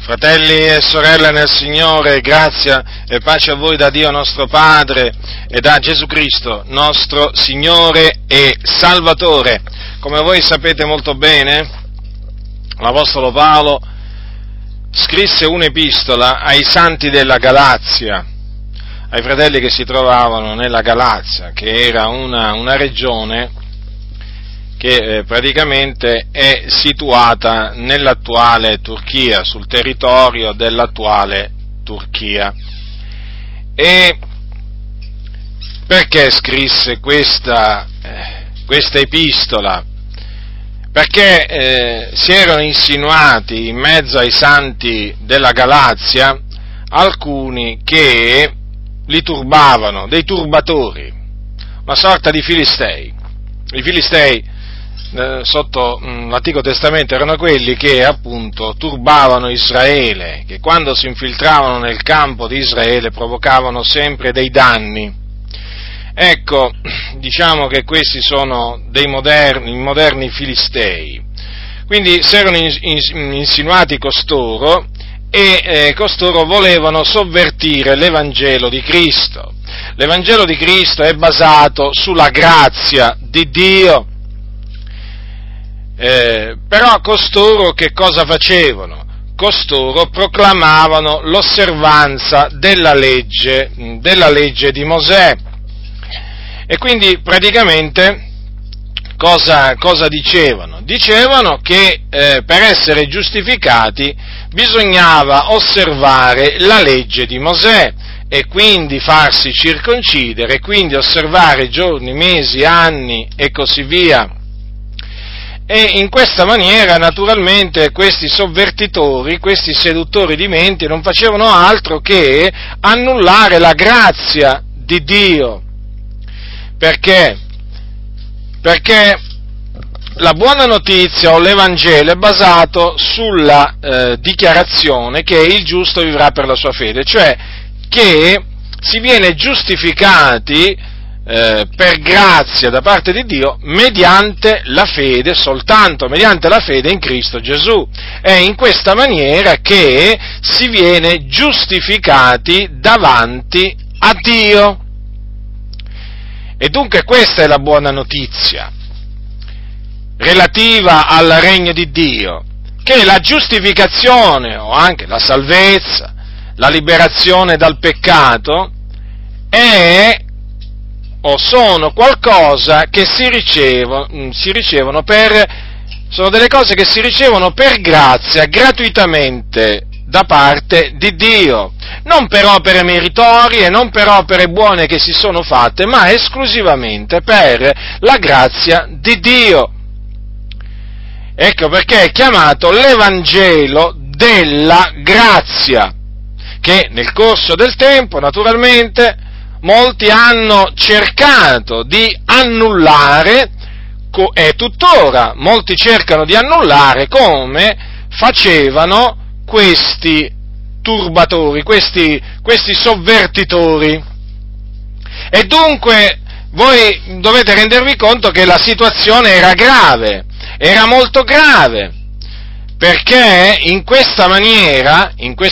Fratelli e sorelle nel Signore, grazia e pace a voi da Dio nostro Padre e da Gesù Cristo, nostro Signore e Salvatore. Come voi sapete molto bene, l'Apostolo Paolo scrisse un'epistola ai santi della Galazia, ai fratelli che si trovavano nella Galazia, che era una regione che praticamente è situata nell'attuale Turchia, sul territorio dell'attuale Turchia. E perché scrisse questa epistola? Perché si erano insinuati in mezzo ai santi della Galazia alcuni che li turbavano, dei turbatori, una sorta di filistei. I filistei sotto l'Antico Testamento erano quelli che appunto turbavano Israele, che quando si infiltravano nel campo di Israele provocavano sempre dei danni. Ecco, diciamo che questi sono i moderni filistei. Quindi si erano insinuati costoro e costoro volevano sovvertire l'Evangelo di Cristo. L'Evangelo di Cristo è basato sulla grazia di Dio. Però costoro che cosa facevano? Costoro proclamavano l'osservanza della legge di Mosè. E quindi praticamente cosa dicevano? Dicevano che per essere giustificati bisognava osservare la legge di Mosè e quindi farsi circoncidere, e quindi osservare giorni, mesi, anni e così via. E in questa maniera, naturalmente, questi sovvertitori, questi seduttori di menti non facevano altro che annullare la grazia di Dio. Perché? Perché la buona notizia o l'Evangelo è basato sulla dichiarazione che il giusto vivrà per la sua fede, cioè che si viene giustificati per grazia da parte di Dio mediante la fede, soltanto mediante la fede in Cristo Gesù. È in questa maniera che si viene giustificati davanti a Dio. E dunque questa è la buona notizia relativa al regno di Dio, che la giustificazione o anche la salvezza, la liberazione dal peccato è o sono qualcosa che si ricevono sono delle cose che si ricevono per grazia, gratuitamente, da parte di Dio, non per opere meritorie, non per opere buone che si sono fatte, ma esclusivamente per la grazia di Dio. Ecco perché è chiamato l'Evangelo della grazia, che nel corso del tempo, naturalmente, molti hanno cercato di annullare, e tuttora molti cercano di annullare, come facevano questi turbatori, questi sovvertitori. E dunque voi dovete rendervi conto che la situazione era grave, era molto grave, perché in questa maniera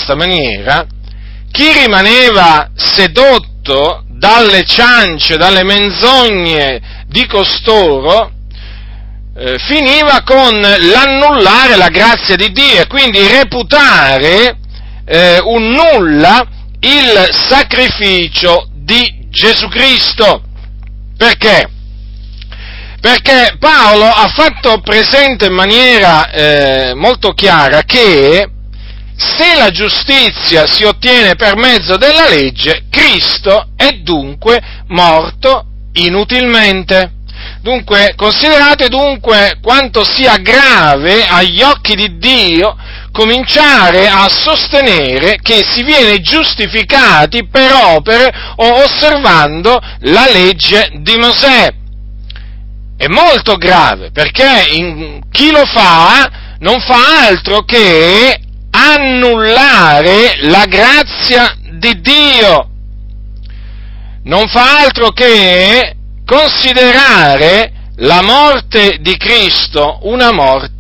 chi rimaneva sedotto dalle ciance, dalle menzogne di costoro, finiva con l'annullare la grazia di Dio e quindi reputare un nulla il sacrificio di Gesù Cristo. Perché? Perché Paolo ha fatto presente in maniera molto chiara che se la giustizia si ottiene per mezzo della legge, Cristo è dunque morto inutilmente. Dunque, considerate dunque quanto sia grave agli occhi di Dio cominciare a sostenere che si viene giustificati per opere o osservando la legge di Mosè. È molto grave, perché chi lo fa non fa altro che annullare la grazia di Dio, non fa altro che considerare la morte di Cristo una morte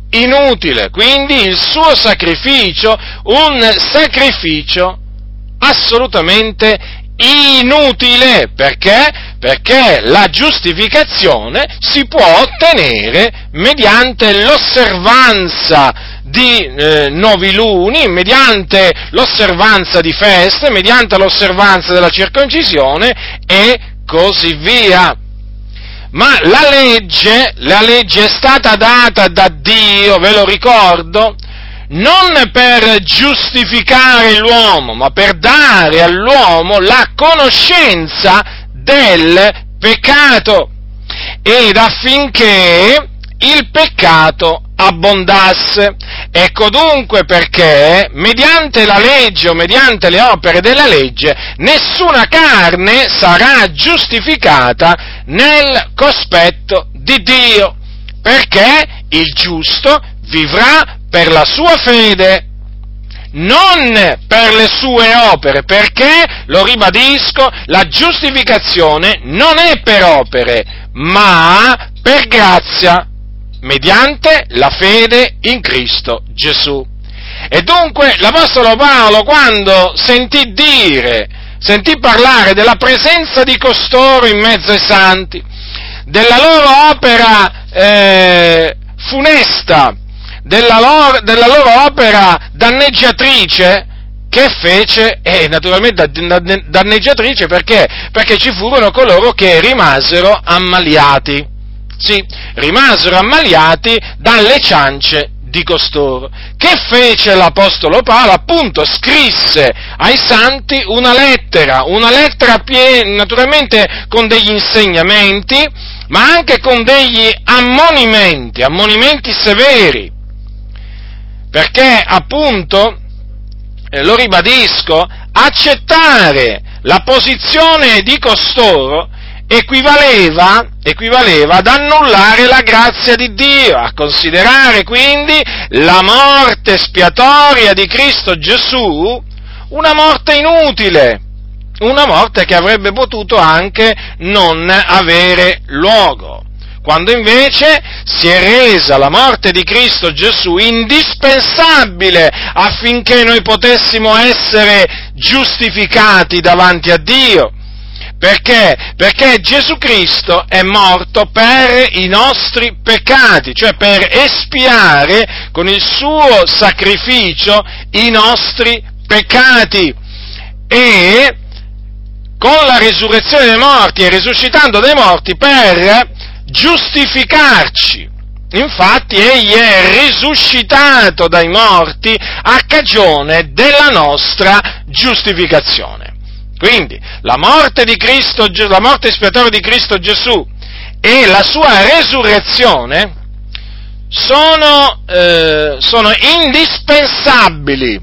inutile, quindi il suo sacrificio, un sacrificio assolutamente inutile, perché? Perché la giustificazione si può ottenere mediante l'osservanza di noviluni, mediante l'osservanza di feste, mediante l'osservanza della circoncisione e così via. Ma la legge è stata data da Dio, ve lo ricordo, non per giustificare l'uomo, ma per dare all'uomo la conoscenza del peccato ed affinché il peccato abbondasse. Ecco dunque perché, mediante la legge o mediante le opere della legge, nessuna carne sarà giustificata nel cospetto di Dio, perché il giusto vivrà per la sua fede, non per le sue opere, perché, lo ribadisco, la giustificazione non è per opere, ma per grazia, mediante la fede in Cristo Gesù. E dunque l'Apostolo Paolo, quando sentì parlare della presenza di costoro in mezzo ai santi, della loro opera funesta, della loro opera danneggiatrice, che fece? Naturalmente danneggiatrice perché? Perché ci furono coloro che rimasero ammaliati. Sì, rimasero ammaliati dalle ciance di costoro. Che fece l'Apostolo Paolo? Appunto, scrisse ai santi una lettera piena, naturalmente con degli insegnamenti, ma anche con degli ammonimenti severi, perché appunto, lo ribadisco, accettare la posizione di costoro equivaleva ad annullare la grazia di Dio, a considerare quindi la morte espiatoria di Cristo Gesù una morte inutile, una morte che avrebbe potuto anche non avere luogo, quando invece si è resa la morte di Cristo Gesù indispensabile affinché noi potessimo essere giustificati davanti a Dio. Perché? Perché Gesù Cristo è morto per i nostri peccati, cioè per espiare con il suo sacrificio i nostri peccati, e con la risurrezione dei morti e risuscitando dai morti per giustificarci. Infatti egli è risuscitato dai morti a cagione della nostra giustificazione. Quindi la morte espiatoria di Cristo Gesù e la sua resurrezione sono indispensabili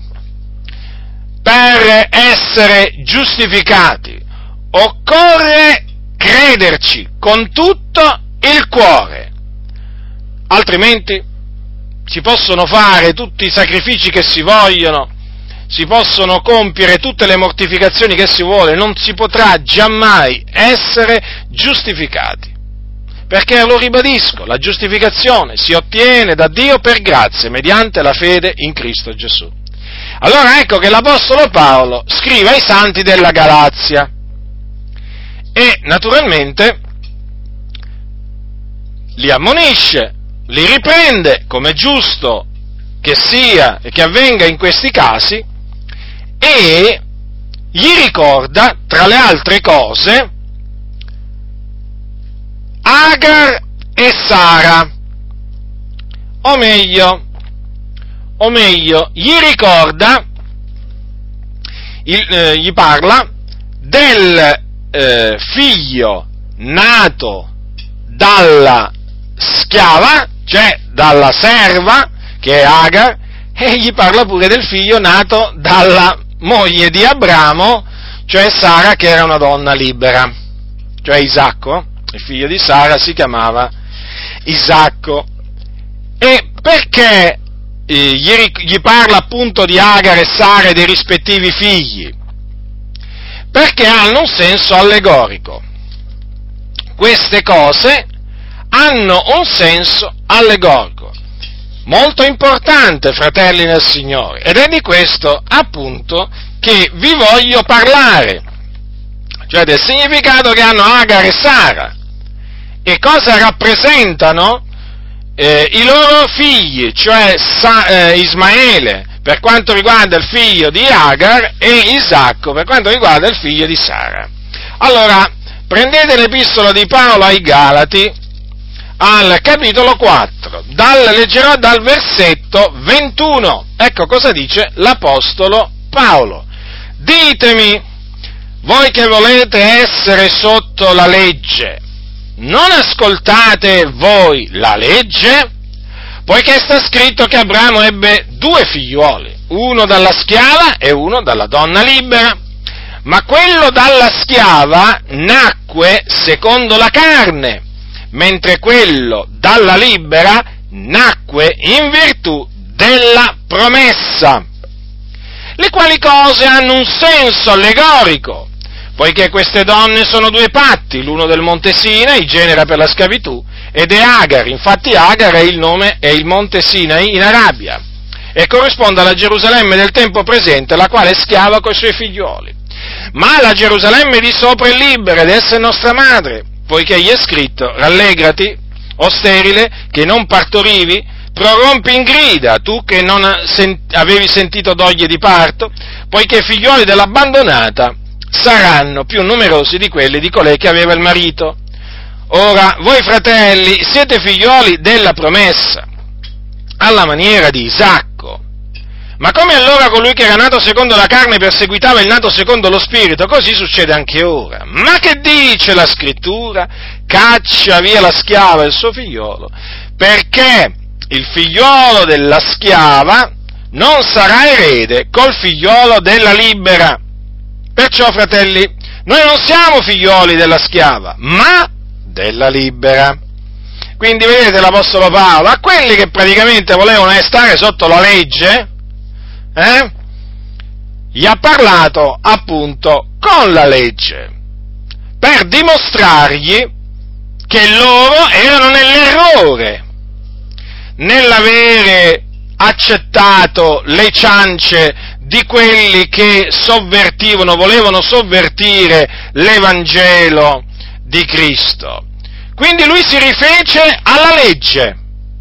per essere giustificati. Occorre crederci con tutto il cuore, altrimenti si possono fare tutti i sacrifici che si vogliono, si possono compiere tutte le mortificazioni che si vuole, non si potrà giammai essere giustificati. Perché, lo ribadisco, la giustificazione si ottiene da Dio per grazia, mediante la fede in Cristo Gesù. Allora ecco che l'Apostolo Paolo scrive ai santi della Galazia e naturalmente li ammonisce, li riprende, come è giusto che sia e che avvenga in questi casi, e gli ricorda, tra le altre cose, Agar e Sara, o meglio, gli ricorda, gli parla del figlio nato dalla schiava, cioè dalla serva, che è Agar, e gli parla pure del figlio nato dalla moglie di Abramo, cioè Sara, che era una donna libera, cioè Isacco, il figlio di Sara si chiamava Isacco. E perché gli parla appunto di Agar e Sara e dei rispettivi figli? Perché hanno un senso allegorico. Queste cose hanno un senso allegorico. molto importante, fratelli nel Signore, ed è di questo appunto che vi voglio parlare, cioè del significato che hanno Agar e Sara e cosa rappresentano i loro figli, cioè Ismaele per quanto riguarda il figlio di Agar e Isacco per quanto riguarda il figlio di Sara. Allora, prendete l'epistola di Paolo ai Galati al capitolo 4, leggerò dal versetto 21, ecco cosa dice l'Apostolo Paolo. Ditemi, voi che volete essere sotto la legge, non ascoltate voi la legge? Poiché sta scritto che Abramo ebbe 2 figliuoli, uno dalla schiava e uno dalla donna libera. Ma quello dalla schiava nacque secondo la carne, mentre quello dalla libera nacque in virtù della promessa. Le quali cose hanno un senso allegorico, poiché queste donne sono 2 patti, l'uno del monte Sinai, genera per la schiavitù, ed è Agar, infatti Agar è il monte Sinai in Arabia, e corrisponde alla Gerusalemme del tempo presente, la quale è schiava coi suoi figlioli. Ma la Gerusalemme di sopra è libera ed essa è nostra madre, poiché gli è scritto, rallegrati, o sterile, che non partorivi, prorompi in grida, tu che non avevi sentito doglie di parto, poiché i figlioli dell'abbandonata saranno più numerosi di quelli di colei che aveva il marito. Ora, voi fratelli, siete figlioli della promessa, alla maniera di Isacco. Ma come allora colui che era nato secondo la carne perseguitava il nato secondo lo spirito, così succede anche ora. Ma che dice la scrittura? Caccia via la schiava e il suo figliolo, perché il figliolo della schiava non sarà erede col figliolo della libera. Perciò, fratelli, noi non siamo figlioli della schiava, ma della libera. Quindi vedete l'Apostolo Paolo, a quelli che praticamente volevano stare sotto la legge, gli ha parlato appunto con la legge, per dimostrargli che loro erano nell'errore, nell'avere accettato le ciance di quelli che volevano sovvertire l'Evangelo di Cristo. Quindi lui si rifece alla legge,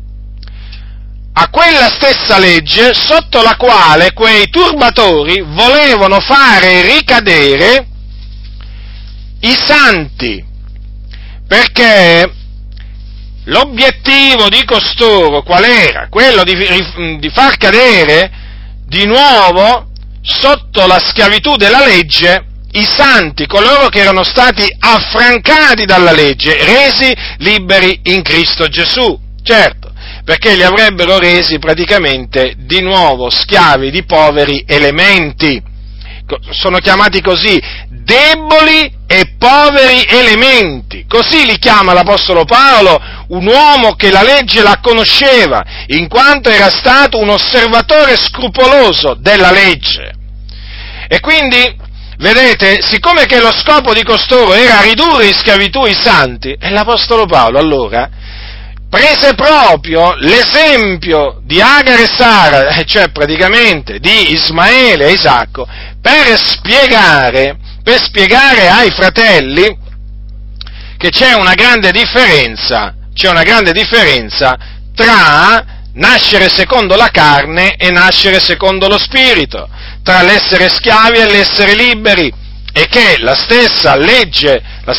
a quella stessa legge sotto la quale quei turbatori volevano fare ricadere i santi, perché l'obiettivo di costoro qual era? Quello di far cadere di nuovo sotto la schiavitù della legge i santi, coloro che erano stati affrancati dalla legge, resi liberi in Cristo Gesù, certo, perché li avrebbero resi praticamente di nuovo schiavi di poveri elementi, sono chiamati così, deboli e poveri elementi, così li chiama l'Apostolo Paolo, un uomo che la legge la conosceva, in quanto era stato un osservatore scrupoloso della legge. E quindi, vedete, siccome che lo scopo di costoro era ridurre in schiavitù i santi, e l'Apostolo Paolo allora prese proprio l'esempio di Agar e Sara, cioè praticamente di Ismaele e Isacco, per spiegare ai fratelli che c'è una grande differenza tra nascere secondo la carne e nascere secondo lo spirito, tra l'essere schiavi e l'essere liberi, e che la stessa legge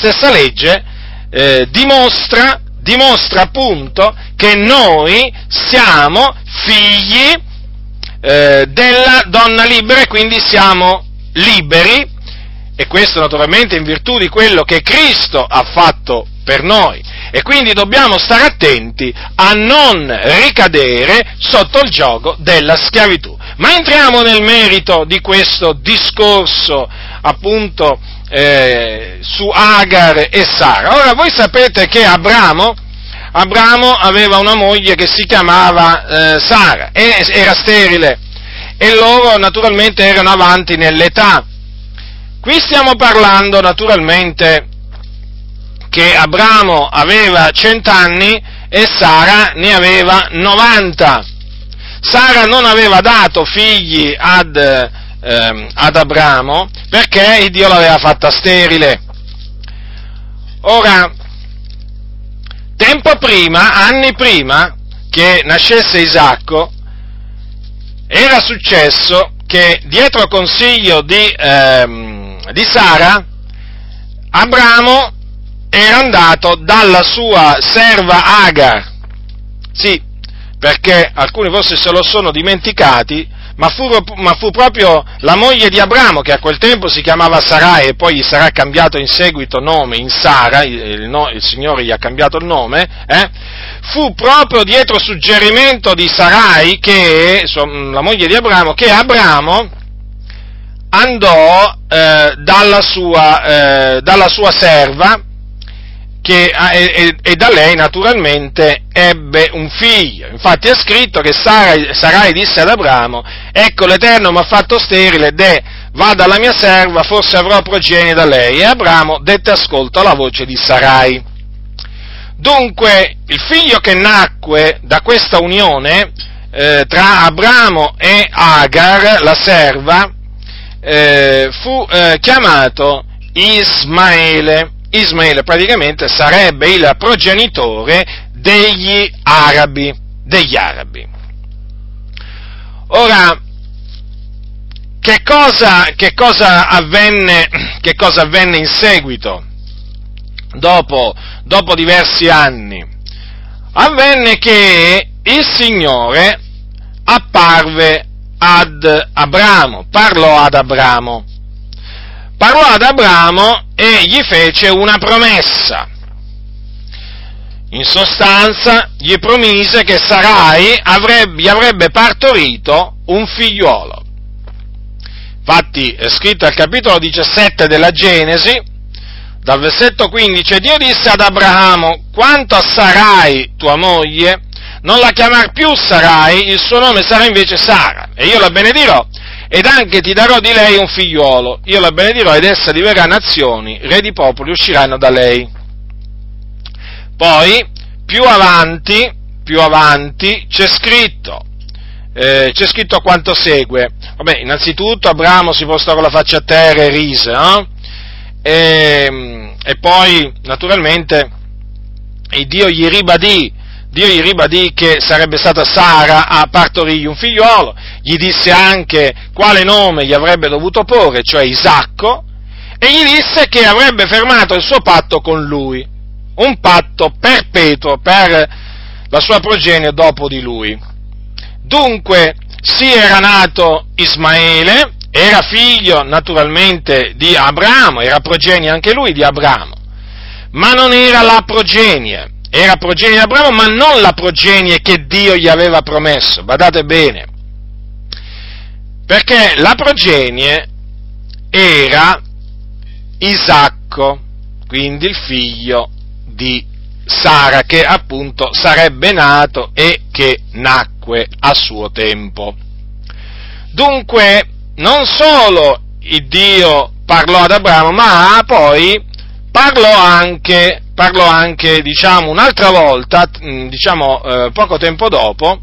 dimostra appunto che noi siamo figli della donna libera e quindi siamo liberi, e questo naturalmente in virtù di quello che Cristo ha fatto per noi, e quindi dobbiamo stare attenti a non ricadere sotto il giogo della schiavitù. Ma entriamo nel merito di questo discorso appunto su Agar e Sara. Ora voi sapete che Abramo aveva una moglie che si chiamava Sara, e era sterile, e loro naturalmente erano avanti nell'età. Qui stiamo parlando naturalmente che Abramo aveva 100 anni e Sara ne aveva 90. Sara non aveva dato figli ad Abramo perché Dio l'aveva fatta sterile. Ora, tempo prima, anni prima che nascesse Isacco, era successo che dietro consiglio di Sara, Abramo era andato dalla sua serva Agar. Sì, perché alcuni forse se lo sono dimenticati, ma fu proprio la moglie di Abramo, che a quel tempo si chiamava Sarai e poi gli sarà cambiato in seguito nome in Sara, il Signore gli ha cambiato il nome, fu proprio dietro suggerimento di Sarai, la moglie di Abramo, che Abramo andò dalla sua serva, e da lei naturalmente ebbe un figlio. Infatti è scritto che Sarai disse ad Abramo: ecco, l'Eterno mi ha fatto sterile, vada alla mia serva, forse avrò progenie da lei. E Abramo dette ascolto alla voce di Sarai. Dunque, il figlio che nacque da questa unione tra Abramo e Agar, la serva, fu chiamato Ismaele. Ismaele praticamente sarebbe il progenitore degli arabi. Ora, che cosa avvenne in seguito, dopo diversi anni? Avvenne che il Signore apparve ad Abramo, parlò ad Abramo e gli fece una promessa. In sostanza, gli promise che Sarai gli avrebbe partorito un figliuolo. Infatti è scritto al capitolo 17 della Genesi, dal versetto 15, Dio disse ad Abramo: quanto a Sarai, tua moglie, non la chiamar più Sarai, il suo nome sarà invece Sara, e io la benedirò, ed anche ti darò di lei un figliuolo, io la benedirò ed essa diverrà nazioni, re di popoli usciranno da lei. Poi, più avanti c'è scritto quanto segue. Vabbè, innanzitutto Abramo si postò con la faccia a terra e rise, no? E poi, naturalmente, Dio gli ribadì che sarebbe stata Sara a partorigli un figliolo, gli disse anche quale nome gli avrebbe dovuto porre, cioè Isacco, e gli disse che avrebbe fermato il suo patto con lui, un patto perpetuo per la sua progenie dopo di lui. Dunque, sì, era nato Ismaele, era figlio naturalmente di Abramo, era progenie anche lui di Abramo, ma non era la progenie. Era progenie di Abramo, ma non la progenie che Dio gli aveva promesso, badate bene, perché la progenie era Isacco, quindi il figlio di Sara, che appunto sarebbe nato e che nacque a suo tempo. Dunque, non solo il Dio parlò ad Abramo, ma poi parlò anche, diciamo, un'altra volta, poco tempo dopo,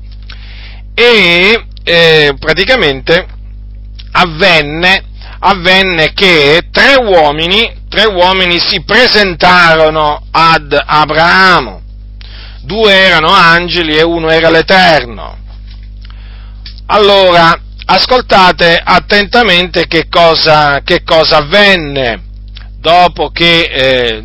e praticamente avvenne che tre uomini si presentarono ad Abramo. 2 erano angeli e 1 era l'Eterno. Allora, ascoltate attentamente che cosa avvenne dopo che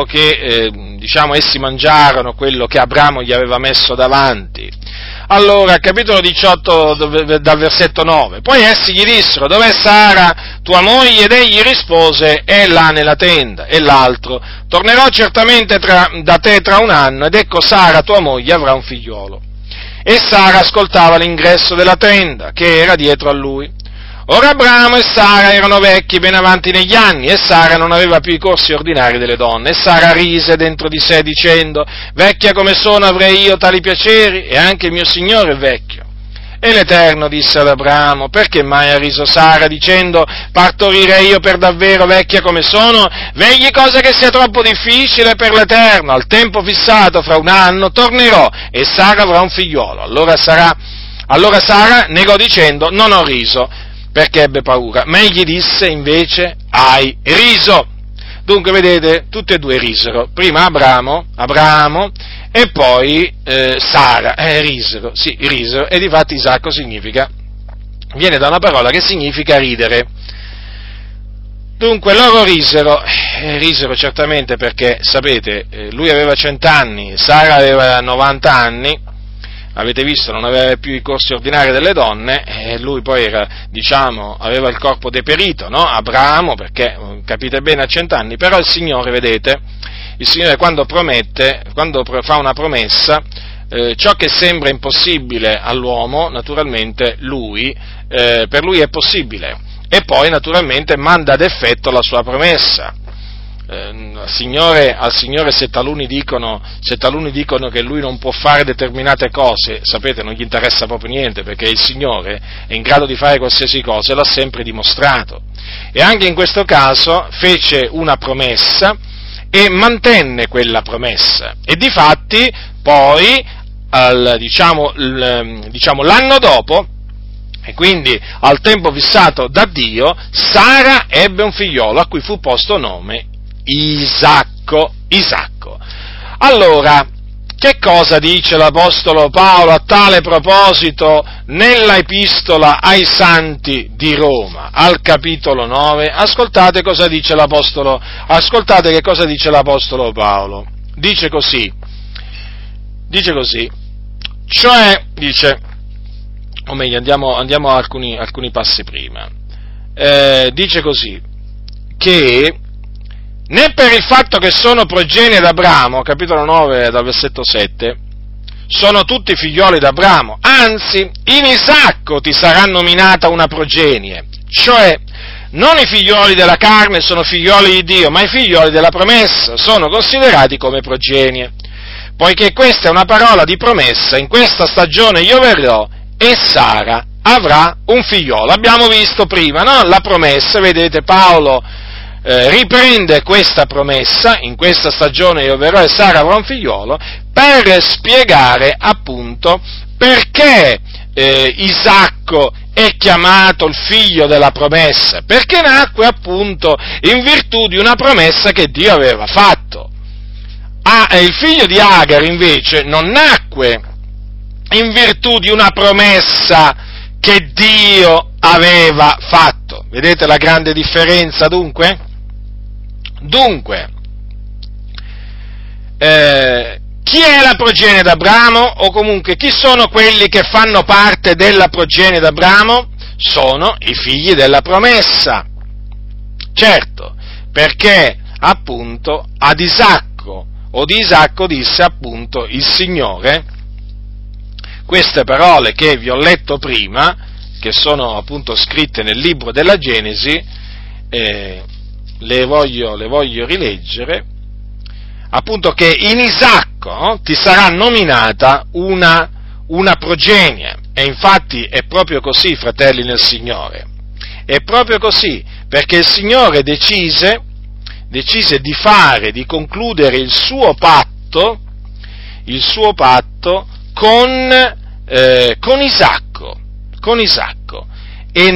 essi mangiarono quello che Abramo gli aveva messo davanti. Allora, capitolo 18, dal versetto 9, poi essi gli dissero: dov'è Sara, tua moglie? Ed egli rispose: è là nella tenda. E l'altro: tornerò certamente da te tra un anno, ed ecco Sara, tua moglie, avrà un figliolo. E Sara ascoltava l'ingresso della tenda, che era dietro a lui. Ora Abramo e Sara erano vecchi, ben avanti negli anni, e Sara non aveva più i corsi ordinari delle donne. E Sara rise dentro di sé, dicendo: vecchia come sono avrei io tali piaceri, e anche il mio Signore è vecchio. E l'Eterno disse ad Abramo: perché mai ha riso Sara, dicendo: partorirei io per davvero, vecchia come sono? Vegli cosa che sia troppo difficile per l'Eterno. Al tempo fissato, fra un anno, tornerò, e Sara avrà un figliolo. Allora sarà Allora Sara negò dicendo: non ho riso, perché ebbe paura. Ma egli disse invece: hai riso. Dunque, vedete, tutti e due risero. Prima Abramo e poi Sara. Risero, sì, risero. E difatti Isacco viene da una parola che significa ridere. Dunque loro risero certamente perché, sapete, lui aveva 100 anni, Sara aveva 90 anni, avete visto, non aveva più i corsi ordinari delle donne, e lui poi aveva il corpo deperito, no? Abramo, perché, capite bene, a 100 anni, però il Signore, vedete, il Signore quando fa una promessa, ciò che sembra impossibile all'uomo, naturalmente per lui è possibile. E poi naturalmente manda ad effetto la sua promessa. Al Signore se taluni dicono che Lui non può fare determinate cose, sapete, non gli interessa proprio niente, perché il Signore è in grado di fare qualsiasi cosa e l'ha sempre dimostrato. E anche in questo caso fece una promessa e mantenne quella promessa. E difatti poi, l'anno dopo, e quindi al tempo fissato da Dio, Sara ebbe un figliolo a cui fu posto nome Isacco. Allora, che cosa dice l'Apostolo Paolo a tale proposito nella Epistola ai Santi di Roma, al capitolo 9? Ascoltate che cosa dice l'Apostolo Paolo. Dice così, o meglio, andiamo a alcuni passi prima. Dice così, che né per il fatto che sono progenie d'Abramo, capitolo 9 dal versetto 7, sono tutti figlioli d'Abramo, anzi, in Isacco ti sarà nominata una progenie, cioè non i figlioli della carne sono figlioli di Dio, ma i figlioli della promessa sono considerati come progenie. Poiché questa è una parola di promessa, in questa stagione io verrò e Sara avrà un figliolo. Abbiamo visto prima, no? La promessa, vedete, Paolo riprende questa promessa, in questa stagione io verrò e Sara avrà un figliolo, per spiegare appunto perché Isacco è chiamato il figlio della promessa, perché nacque appunto in virtù di una promessa che Dio aveva fatto. Il figlio di Agar invece non nacque in virtù di una promessa che Dio aveva fatto. Vedete la grande differenza dunque? Dunque, chi è la progenie d'Abramo? O comunque chi sono quelli che fanno parte della progenie d'Abramo? Sono i figli della promessa. Certo, perché appunto ad Isacco o di Isacco disse appunto il Signore queste parole che vi ho letto prima, che sono appunto scritte nel libro della Genesi, le voglio rileggere, appunto che in Isacco ti sarà nominata una progenie, e infatti è proprio così, fratelli nel Signore, è proprio così, perché il Signore decise di concludere il suo patto con Isacco, e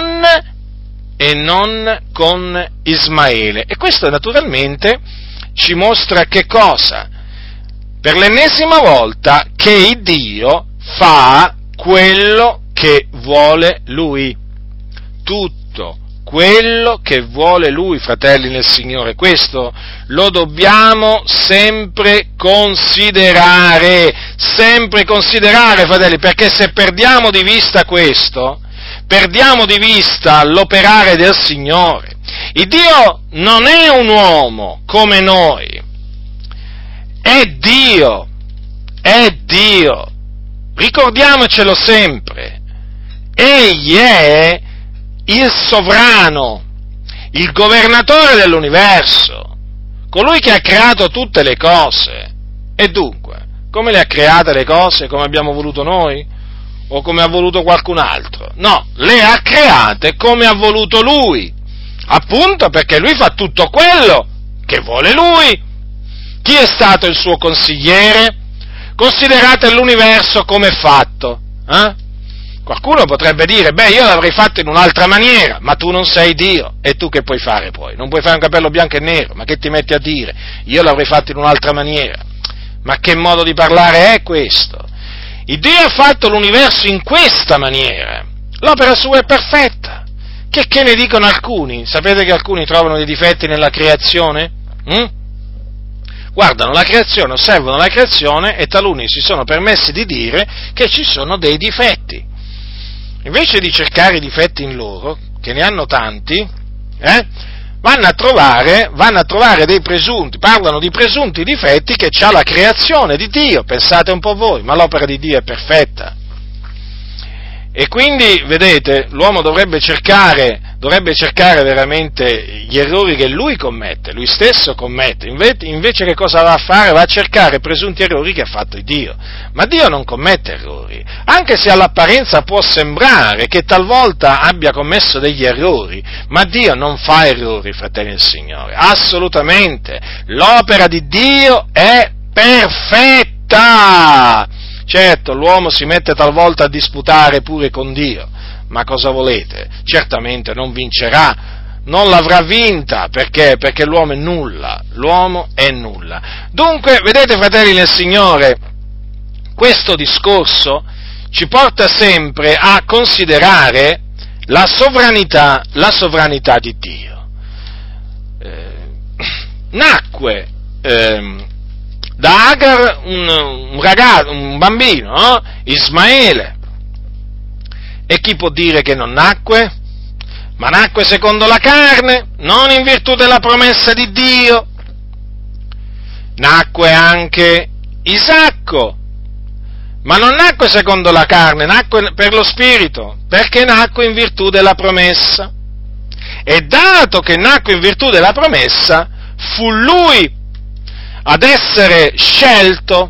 non con Ismaele. E questo naturalmente ci mostra che cosa? Per l'ennesima volta che Dio fa quello che vuole Lui. Tutto quello che vuole Lui, fratelli nel Signore. Questo lo dobbiamo sempre considerare, fratelli, perché se perdiamo di vista questo, perdiamo di vista l'operare del Signore. Il Dio non è un uomo come noi, è Dio, ricordiamocelo sempre, Egli è il sovrano, il governatore dell'universo, colui che ha creato tutte le cose. E dunque, come le ha create le cose? Come abbiamo voluto noi? O come ha voluto qualcun altro? No, le ha create come ha voluto Lui, appunto perché Lui fa tutto quello che vuole Lui. Chi è stato il suo consigliere? Considerate l'universo come è fatto, Qualcuno potrebbe dire, io l'avrei fatto in un'altra maniera, ma tu non sei Dio, e tu che puoi fare poi? Non puoi fare un capello bianco e nero, ma che ti metti a dire? Io l'avrei fatto in un'altra maniera. Ma che modo di parlare è questo? Il Dio ha fatto l'universo in questa maniera, l'opera sua è perfetta. Che ne dicono alcuni? Sapete che alcuni trovano dei difetti nella creazione? Guardano la creazione, osservano la creazione e taluni si sono permessi di dire che ci sono dei difetti. Invece di cercare i difetti in loro, che ne hanno tanti, vanno a trovare dei presunti, parlano di presunti difetti che c'ha la creazione di Dio, pensate un po' voi, ma l'opera di Dio è perfetta. E quindi, vedete, l'uomo dovrebbe cercare veramente gli errori che lui commette, lui stesso commette, invece che cosa va a fare? Va a cercare presunti errori che ha fatto Dio. Ma Dio non commette errori, anche se all'apparenza può sembrare che talvolta abbia commesso degli errori, ma Dio non fa errori, fratelli del Signore, assolutamente. L'opera di Dio è perfetta. Certo, l'uomo si mette talvolta a disputare pure con Dio, ma cosa volete? Certamente non vincerà, non l'avrà vinta, perché l'uomo è nulla, Dunque, vedete, fratelli nel Signore, questo discorso ci porta sempre a considerare la sovranità di Dio. Nacque da Agar un bambino, no? Ismaele. E chi può dire che non nacque? Ma nacque secondo la carne, non in virtù della promessa di Dio. Nacque anche Isacco, ma non nacque secondo la carne, nacque per lo Spirito, perché nacque in virtù della promessa. E dato che nacque in virtù della promessa, fu lui ad essere scelto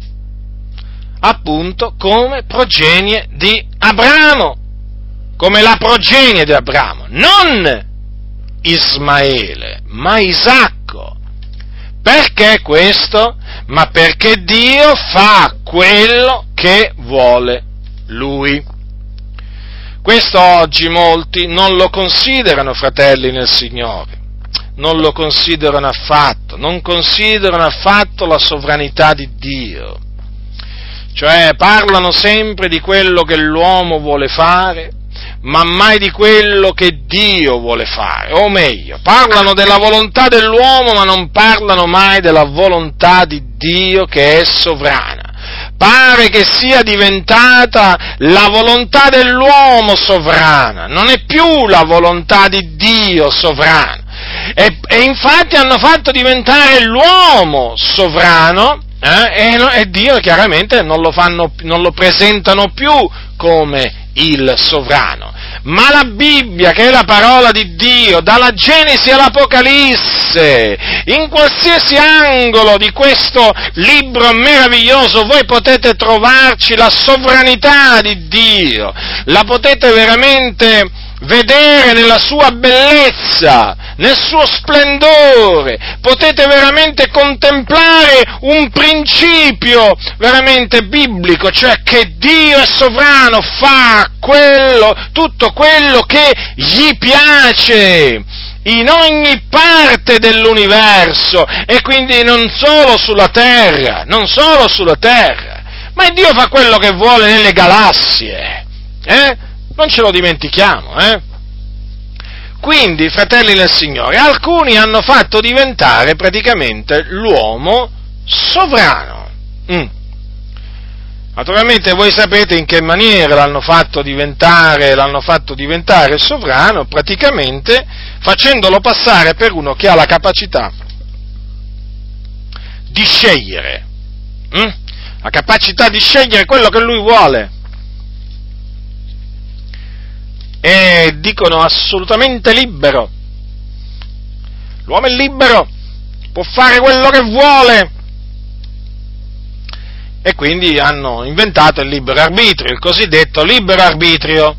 appunto come progenie di Abramo, come la progenie di Abramo, non Ismaele, ma Isacco. Perché questo? Ma perché Dio fa quello che vuole Lui. Questo oggi molti non lo considerano, fratelli nel Signore. Non lo considerano affatto, non considerano affatto la sovranità di Dio. Cioè parlano sempre di quello che l'uomo vuole fare, ma mai di quello che Dio vuole fare, o meglio, parlano della volontà dell'uomo, ma non parlano mai della volontà di Dio che è sovrana. Pare che sia diventata la volontà dell'uomo sovrana, non è più la volontà di Dio sovrana. E infatti hanno fatto diventare l'uomo sovrano, e Dio chiaramente non lo presentano più come il sovrano. Ma la Bibbia, che è la parola di Dio, dalla Genesi all'Apocalisse, in qualsiasi angolo di questo libro meraviglioso voi potete trovarci la sovranità di Dio, la potete veramente vedere nella sua bellezza, nel suo splendore, potete veramente contemplare un principio veramente biblico, cioè che Dio è sovrano, fa tutto quello che gli piace in ogni parte dell'universo, e quindi non solo sulla terra, ma Dio fa quello che vuole nelle galassie, Non ce lo dimentichiamo, Quindi, fratelli del Signore, alcuni hanno fatto diventare praticamente l'uomo sovrano. Naturalmente voi sapete in che maniera l'hanno fatto diventare sovrano, praticamente facendolo passare per uno che ha la capacità di scegliere, la capacità di scegliere quello che lui vuole. E dicono assolutamente libero. L'uomo è libero, può fare quello che vuole. E quindi hanno inventato il libero arbitrio, il cosiddetto libero arbitrio.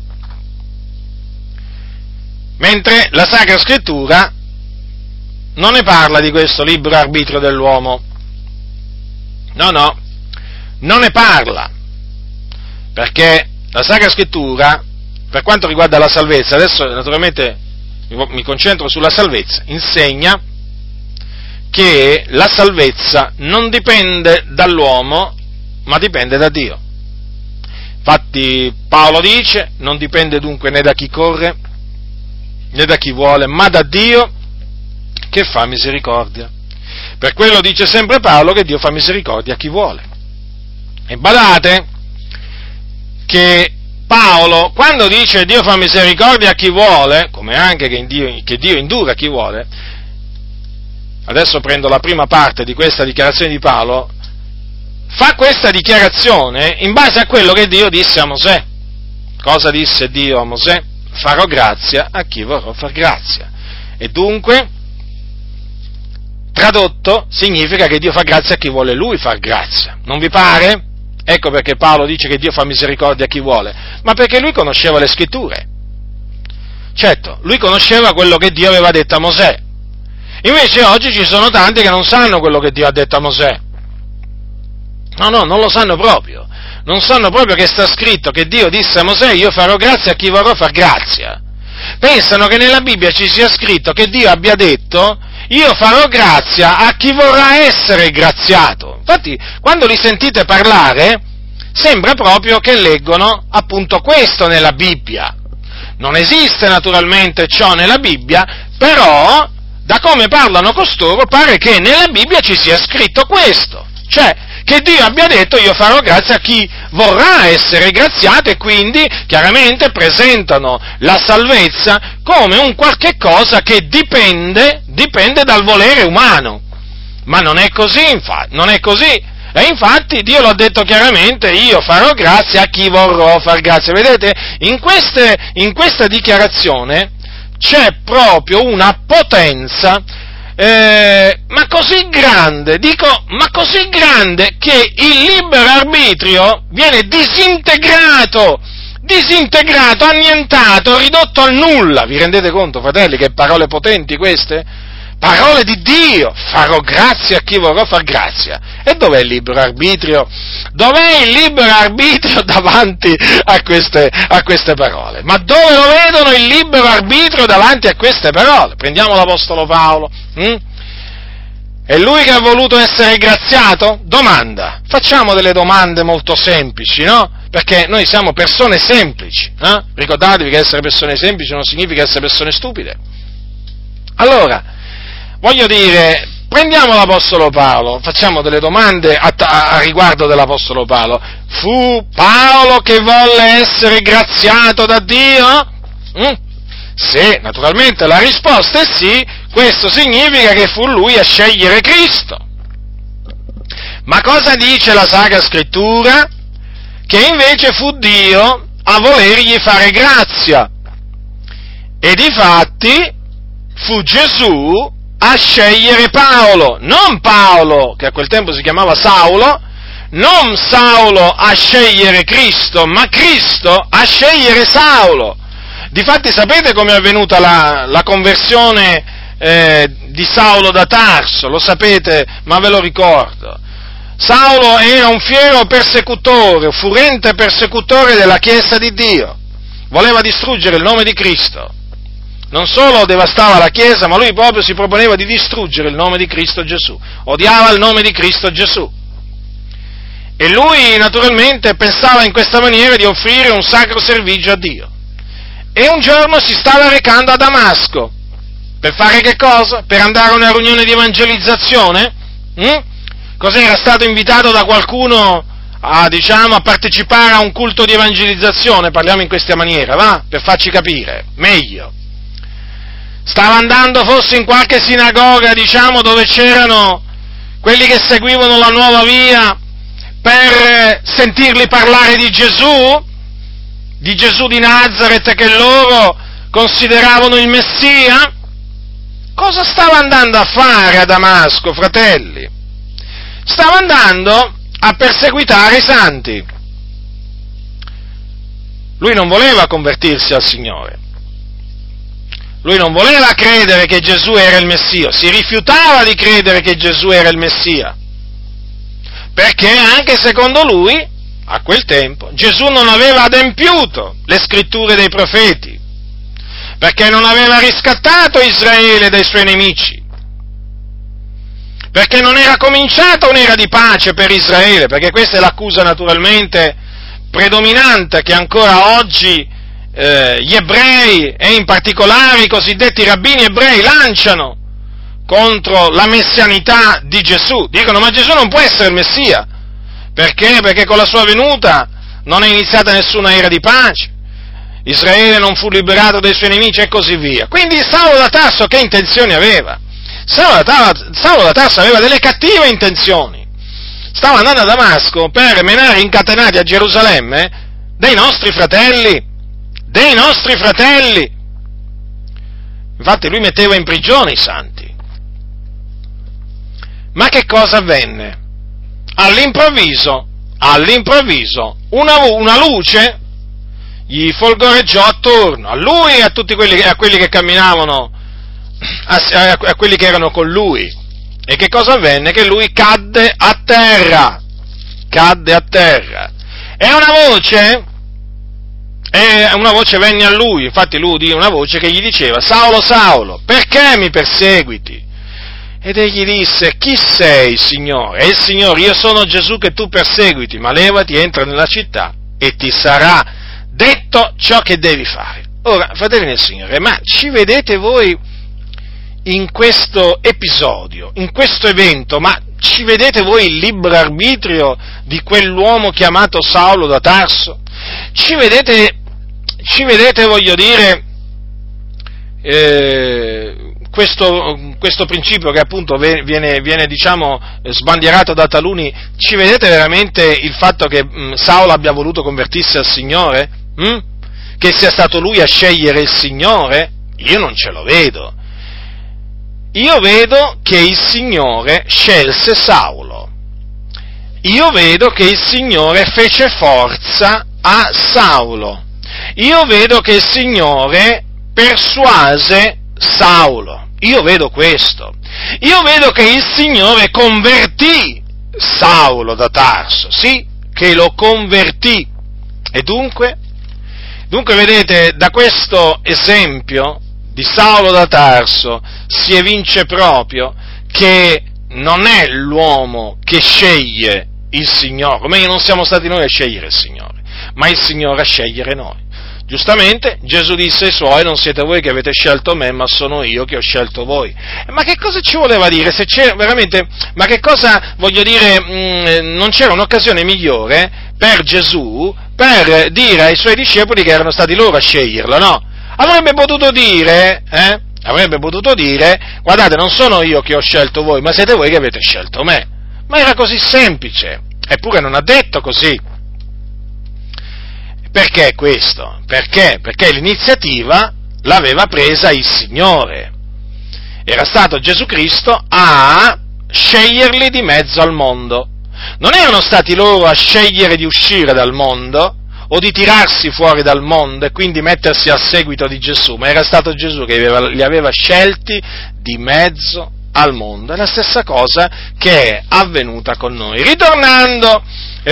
Mentre la Sacra Scrittura non ne parla di questo libero arbitrio dell'uomo. No, non ne parla. Perché La Sacra Scrittura, per quanto riguarda la salvezza, adesso naturalmente mi concentro sulla salvezza, insegna che la salvezza non dipende dall'uomo, ma dipende da Dio. Infatti Paolo dice, non dipende dunque né da chi corre, né da chi vuole, ma da Dio che fa misericordia. Per quello dice sempre Paolo che Dio fa misericordia a chi vuole. E badate che Paolo, quando dice Dio fa misericordia a chi vuole, come anche che Dio indura a chi vuole, adesso prendo la prima parte di questa dichiarazione di Paolo, fa questa dichiarazione in base a quello che Dio disse a Mosè. Cosa disse Dio a Mosè? Farò grazia a chi vorrò far grazia. E dunque, tradotto, significa che Dio fa grazia a chi vuole Lui far grazia. Non vi pare? Ecco perché Paolo dice che Dio fa misericordia a chi vuole, ma perché lui conosceva le Scritture. Certo, lui conosceva quello che Dio aveva detto a Mosè. Invece oggi ci sono tanti che non sanno quello che Dio ha detto a Mosè. No, non lo sanno proprio. Non sanno proprio che sta scritto che Dio disse a Mosè: io farò grazia a chi vorrò far grazia. Pensano che nella Bibbia ci sia scritto che Dio abbia detto: io farò grazia a chi vorrà essere graziato. Infatti, quando li sentite parlare, sembra proprio che leggono appunto questo nella Bibbia. Non esiste naturalmente ciò nella Bibbia, però, da come parlano costoro, pare che nella Bibbia ci sia scritto questo. Cioè, che Dio abbia detto: io farò grazia a chi vorrà essere graziato, e quindi chiaramente presentano la salvezza come un qualche cosa che dipende dal volere umano. Ma non è così, infatti, non è così. E infatti Dio l'ha detto chiaramente: io farò grazia a chi vorrò far grazia. Vedete, in questa dichiarazione c'è proprio una potenza ma così grande, che il libero arbitrio viene disintegrato, annientato, ridotto al nulla. Vi rendete conto, fratelli, che parole potenti queste? Parole di Dio: farò grazia a chi vorrò far grazia. E dov'è il libero arbitrio? Dov'è il libero arbitrio davanti a queste parole? Ma dove lo vedono il libero arbitrio davanti a queste parole? Prendiamo l'Apostolo Paolo. È lui che ha voluto essere graziato? Domanda. Facciamo delle domande molto semplici, no? Perché noi siamo persone semplici. Ricordatevi che essere persone semplici non significa essere persone stupide. Allora, voglio dire, prendiamo l'Apostolo Paolo, facciamo delle domande a riguardo dell'Apostolo Paolo. Fu Paolo che volle essere graziato da Dio? Se, naturalmente, la risposta è sì, questo significa che fu lui a scegliere Cristo. Ma cosa dice la Sacra Scrittura? Che invece fu Dio a volergli fare grazia. E difatti fu Gesù a scegliere Paolo, non Paolo, che a quel tempo si chiamava Saulo, non Saulo a scegliere Cristo, ma Cristo a scegliere Saulo. Difatti sapete come è avvenuta la conversione di Saulo da Tarso? Lo sapete, ma ve lo ricordo. Saulo era un fiero persecutore, un furente persecutore della Chiesa di Dio. Voleva distruggere il nome di Cristo. Non solo devastava la Chiesa, ma lui proprio si proponeva di distruggere il nome di Cristo Gesù. Odiava il nome di Cristo Gesù. E lui naturalmente pensava in questa maniera di offrire un sacro servizio a Dio. E un giorno si stava recando a Damasco. Per fare che cosa? Per andare a una riunione di evangelizzazione? Cos'era stato invitato da qualcuno a partecipare a un culto di evangelizzazione? Parliamo in questa maniera, va? Per farci capire meglio. Stava andando forse in qualche sinagoga, dove c'erano quelli che seguivano la nuova via, per sentirli parlare di Gesù di Nazaret, che loro consideravano il Messia. Cosa stava andando a fare a Damasco, fratelli? Stava andando a perseguitare i santi. Lui non voleva convertirsi al Signore. Lui non voleva credere che Gesù era il Messia, si rifiutava di credere che Gesù era il Messia, perché anche secondo lui, a quel tempo, Gesù non aveva adempiuto le scritture dei profeti, perché non aveva riscattato Israele dai suoi nemici, perché non era cominciata un'era di pace per Israele, perché questa è l'accusa naturalmente predominante che ancora oggi gli ebrei e in particolare i cosiddetti rabbini ebrei lanciano contro la messianità di Gesù. Dicono: ma Gesù non può essere il Messia. Perché? Perché con la sua venuta non è iniziata nessuna era di pace, Israele non fu liberato dai suoi nemici e così via. Quindi Saulo da Tarso che intenzioni aveva? Saulo da Tarso aveva delle cattive intenzioni. Stava andando a Damasco per menare incatenati a Gerusalemme dei nostri fratelli. Infatti lui metteva in prigione i santi. Ma che cosa avvenne? All'improvviso, una luce gli folgoreggiò attorno, a lui e a tutti quelli che camminavano, a quelli che erano con lui. E che cosa avvenne? Che lui cadde a terra. E una voce venne a lui, infatti lui udì una voce che gli diceva: Saulo, Saulo, perché mi perseguiti? Ed egli disse: chi sei, Signore? E il Signore: io sono Gesù che tu perseguiti, ma levati, entra nella città e ti sarà detto ciò che devi fare. Ora, fratelli nel Signore, ma ci vedete voi in questo episodio, in questo evento, ma ci vedete voi il libero arbitrio di quell'uomo chiamato Saulo da Tarso? Ci vedete, voglio dire, questo principio che appunto viene diciamo sbandierato da taluni? Ci vedete veramente il fatto che Saulo abbia voluto convertirsi al Signore? Che sia stato lui a scegliere il Signore? Io non ce lo vedo. Io vedo che il Signore scelse Saulo. Io vedo che il Signore fece forza a Saulo. Io vedo che il Signore persuase Saulo. Io vedo questo. Io vedo che il Signore convertì Saulo da Tarso. Sì, che lo convertì. E dunque vedete, da questo esempio di Saulo da Tarso si evince proprio che non è l'uomo che sceglie il Signore, come non siamo stati noi a scegliere il Signore, ma il Signore a scegliere noi. Giustamente Gesù disse ai Suoi: non siete voi che avete scelto me, ma sono io che ho scelto voi. Ma che cosa ci voleva dire? Se c'era veramente, ma che cosa, voglio dire, non c'era un'occasione migliore per Gesù per dire ai Suoi discepoli che erano stati loro a sceglierlo, no? Avrebbe potuto dire, guardate, non sono io che ho scelto voi, ma siete voi che avete scelto me. Ma era così semplice, eppure non ha detto così. Perché questo? Perché? Perché l'iniziativa l'aveva presa il Signore. Era stato Gesù Cristo a sceglierli di mezzo al mondo. Non erano stati loro a scegliere di uscire dal mondo o di tirarsi fuori dal mondo e quindi mettersi al seguito di Gesù, ma era stato Gesù che li aveva scelti di mezzo al mondo. È la stessa cosa che è avvenuta con noi. Ritornando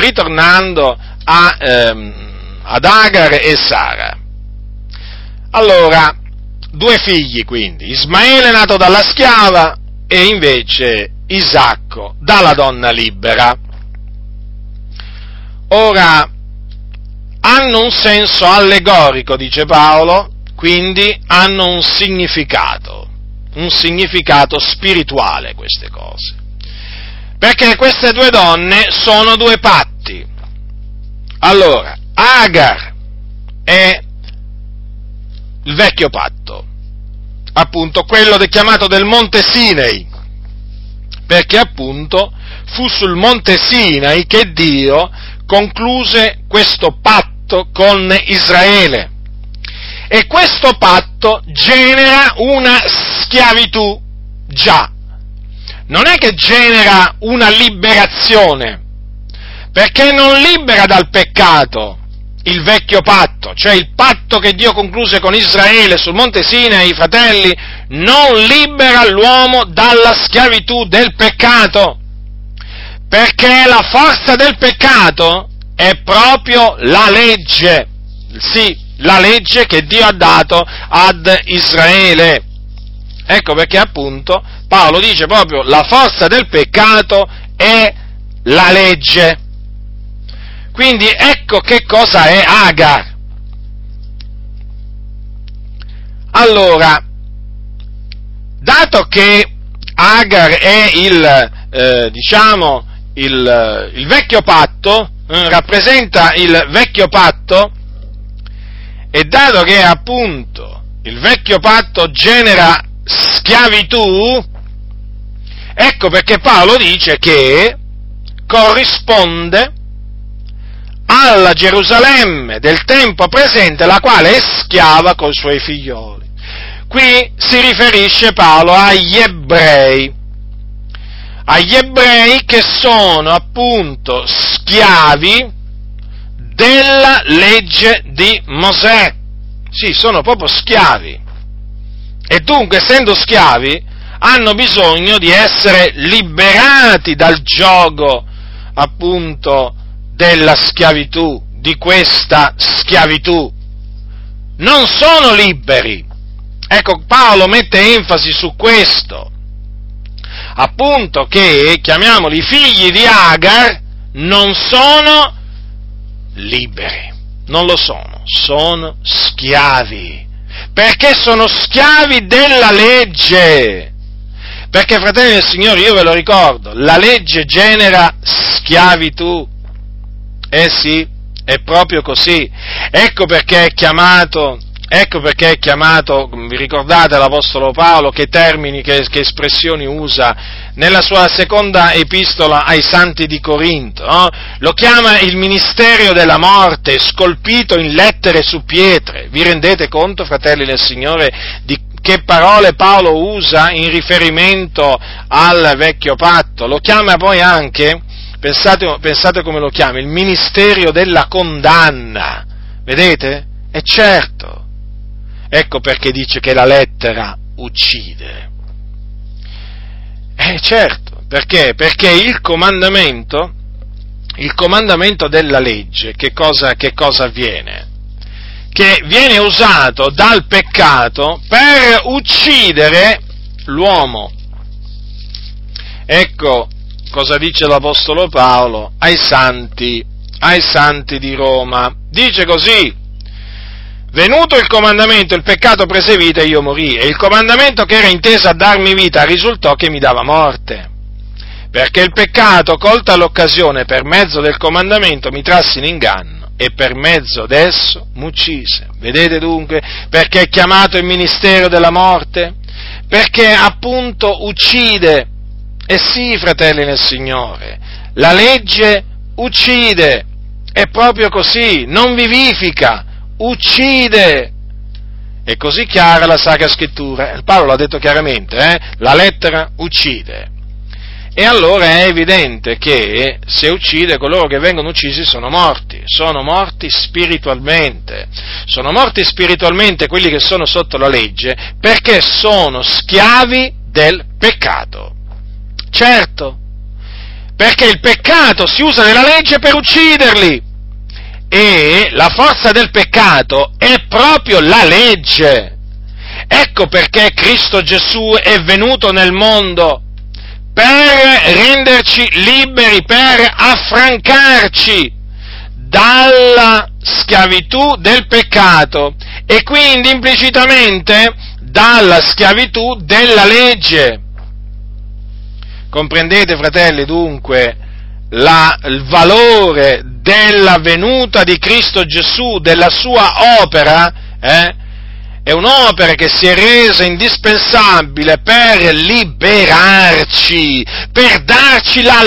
ad Agar e Sara. Allora, due figli quindi, Ismaele nato dalla schiava e invece Isacco dalla donna libera. Ora, hanno un senso allegorico, dice Paolo, quindi hanno un significato spirituale queste cose. Perché queste due donne sono due patti. Allora, Agar è il vecchio patto, appunto quello chiamato del Monte Sinai, perché appunto fu sul Monte Sinai che Dio concluse questo patto con Israele. E questo patto genera una schiavitù, già. Non è che genera una liberazione, perché non libera dal peccato il vecchio patto, cioè il patto che Dio concluse con Israele sul Monte Sinai, fratelli, non libera l'uomo dalla schiavitù del peccato, perché la forza del peccato è proprio la legge, sì, la legge che Dio ha dato ad Israele. Ecco perché appunto Paolo dice proprio la forza del peccato è la legge. Quindi ecco che cosa è Agar. Allora, dato che Agar è il vecchio patto, rappresenta il vecchio patto, e dato che appunto il vecchio patto genera schiavitù, ecco perché Paolo dice che corrisponde alla Gerusalemme del tempo presente, la quale è schiava coi suoi figlioli. Qui si riferisce Paolo agli ebrei che sono appunto schiavi della legge di Mosè. Sì, sono proprio schiavi. E dunque, essendo schiavi, hanno bisogno di essere liberati dal giogo, appunto, della schiavitù, di questa schiavitù. Non sono liberi. Ecco, Paolo mette enfasi su questo, appunto che, chiamiamoli figli di Agar, non sono liberi, non lo sono schiavi, perché sono schiavi della legge, perché, fratelli del Signore, io ve lo ricordo, la legge genera schiavitù, sì, è proprio così, ecco perché è chiamato, vi ricordate l'Apostolo Paolo, che termini, che espressioni usa nella sua seconda epistola ai Santi di Corinto, no? Lo chiama il ministero della morte, scolpito in lettere su pietre. Vi rendete conto, fratelli del Signore, di che parole Paolo usa in riferimento al vecchio patto? Lo chiama poi anche, pensate come lo chiama, il ministero della condanna, vedete? È certo. Ecco perché dice che la lettera uccide. Certo, perché? Perché il comandamento della legge, che cosa avviene? Che viene usato dal peccato per uccidere l'uomo. Ecco cosa dice l'Apostolo Paolo ai santi di Roma. Dice così: venuto il comandamento, il peccato prese vita e io morii, e il comandamento che era inteso a darmi vita risultò che mi dava morte. Perché il peccato, colta l'occasione per mezzo del comandamento, mi trasse in inganno e per mezzo d'esso m'uccise. Vedete dunque perché è chiamato il ministero della morte? Perché appunto uccide. E sì, fratelli nel Signore, la legge uccide, è proprio così, non vivifica, uccide. È così chiara la Sacra Scrittura. Paolo l'ha detto chiaramente, la lettera uccide. E allora è evidente che se uccide, coloro che vengono uccisi sono morti spiritualmente. Sono morti spiritualmente quelli che sono sotto la legge, perché sono schiavi del peccato. Certo, perché il peccato si usa nella legge per ucciderli. E la forza del peccato è proprio la legge. Ecco perché Cristo Gesù è venuto nel mondo, per renderci liberi, per affrancarci dalla schiavitù del peccato e quindi implicitamente dalla schiavitù della legge. Comprendete, fratelli, dunque, il valore della venuta di Cristo Gesù, della sua opera, è un'opera che si è resa indispensabile per liberarci, per darci la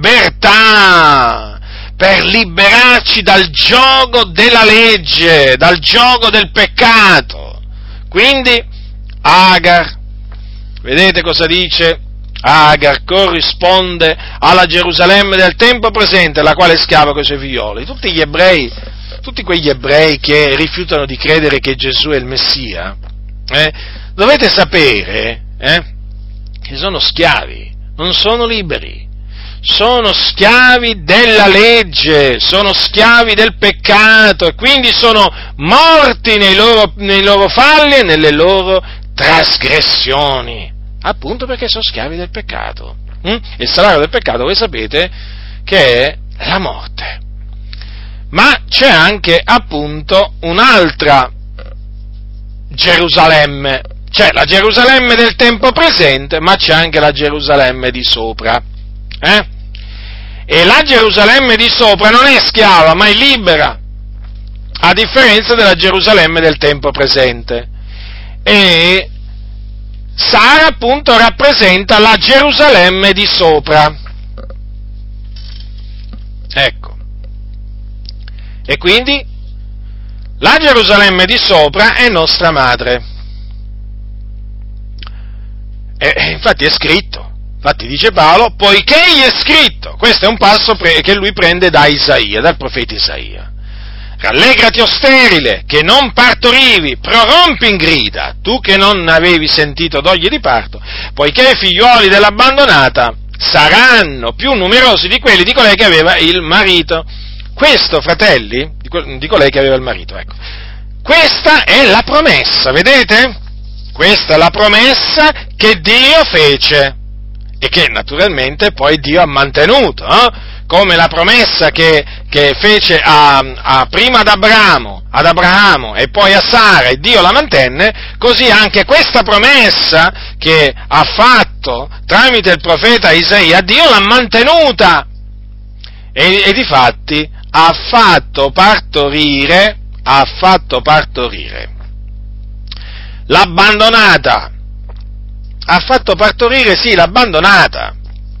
libertà, per liberarci dal giogo della legge, dal giogo del peccato. Quindi, Agar, vedete cosa dice? Agar corrisponde alla Gerusalemme del tempo presente, la quale è schiava coi suoi figlioli. Tutti quegli ebrei che rifiutano di credere che Gesù è il Messia, dovete sapere che sono schiavi, non sono liberi, sono schiavi della legge, sono schiavi del peccato e quindi sono morti nei loro falli e nelle loro trasgressioni, appunto perché sono schiavi del peccato. Il salario del peccato, voi sapete, che è la morte. Ma c'è anche, appunto, un'altra Gerusalemme. C'è la Gerusalemme del tempo presente, ma c'è anche la Gerusalemme di sopra. E la Gerusalemme di sopra non è schiava, ma è libera, a differenza della Gerusalemme del tempo presente. E Sara, appunto, rappresenta la Gerusalemme di sopra. Ecco. E quindi la Gerusalemme di sopra è nostra madre. E infatti è scritto. Infatti dice Paolo, poiché gli è scritto. Questo è un passo che lui prende da Isaia, dal profeta Isaia. Rallegrati, o sterile, che non partorivi, prorompi in grida, tu che non avevi sentito doglie di parto, poiché i figliuoli dell'abbandonata saranno più numerosi di quelli di colei che aveva il marito. Questo, fratelli, di colei che aveva il marito, ecco. Questa è la promessa, vedete? Questa è la promessa che Dio fece e che naturalmente poi Dio ha mantenuto, come la promessa che fece prima ad Abramo e poi a Sara, e Dio la mantenne, così anche questa promessa che ha fatto tramite il profeta Isaia, Dio l'ha mantenuta e difatti ha fatto partorire l'abbandonata. Ha fatto partorire, sì, l'abbandonata.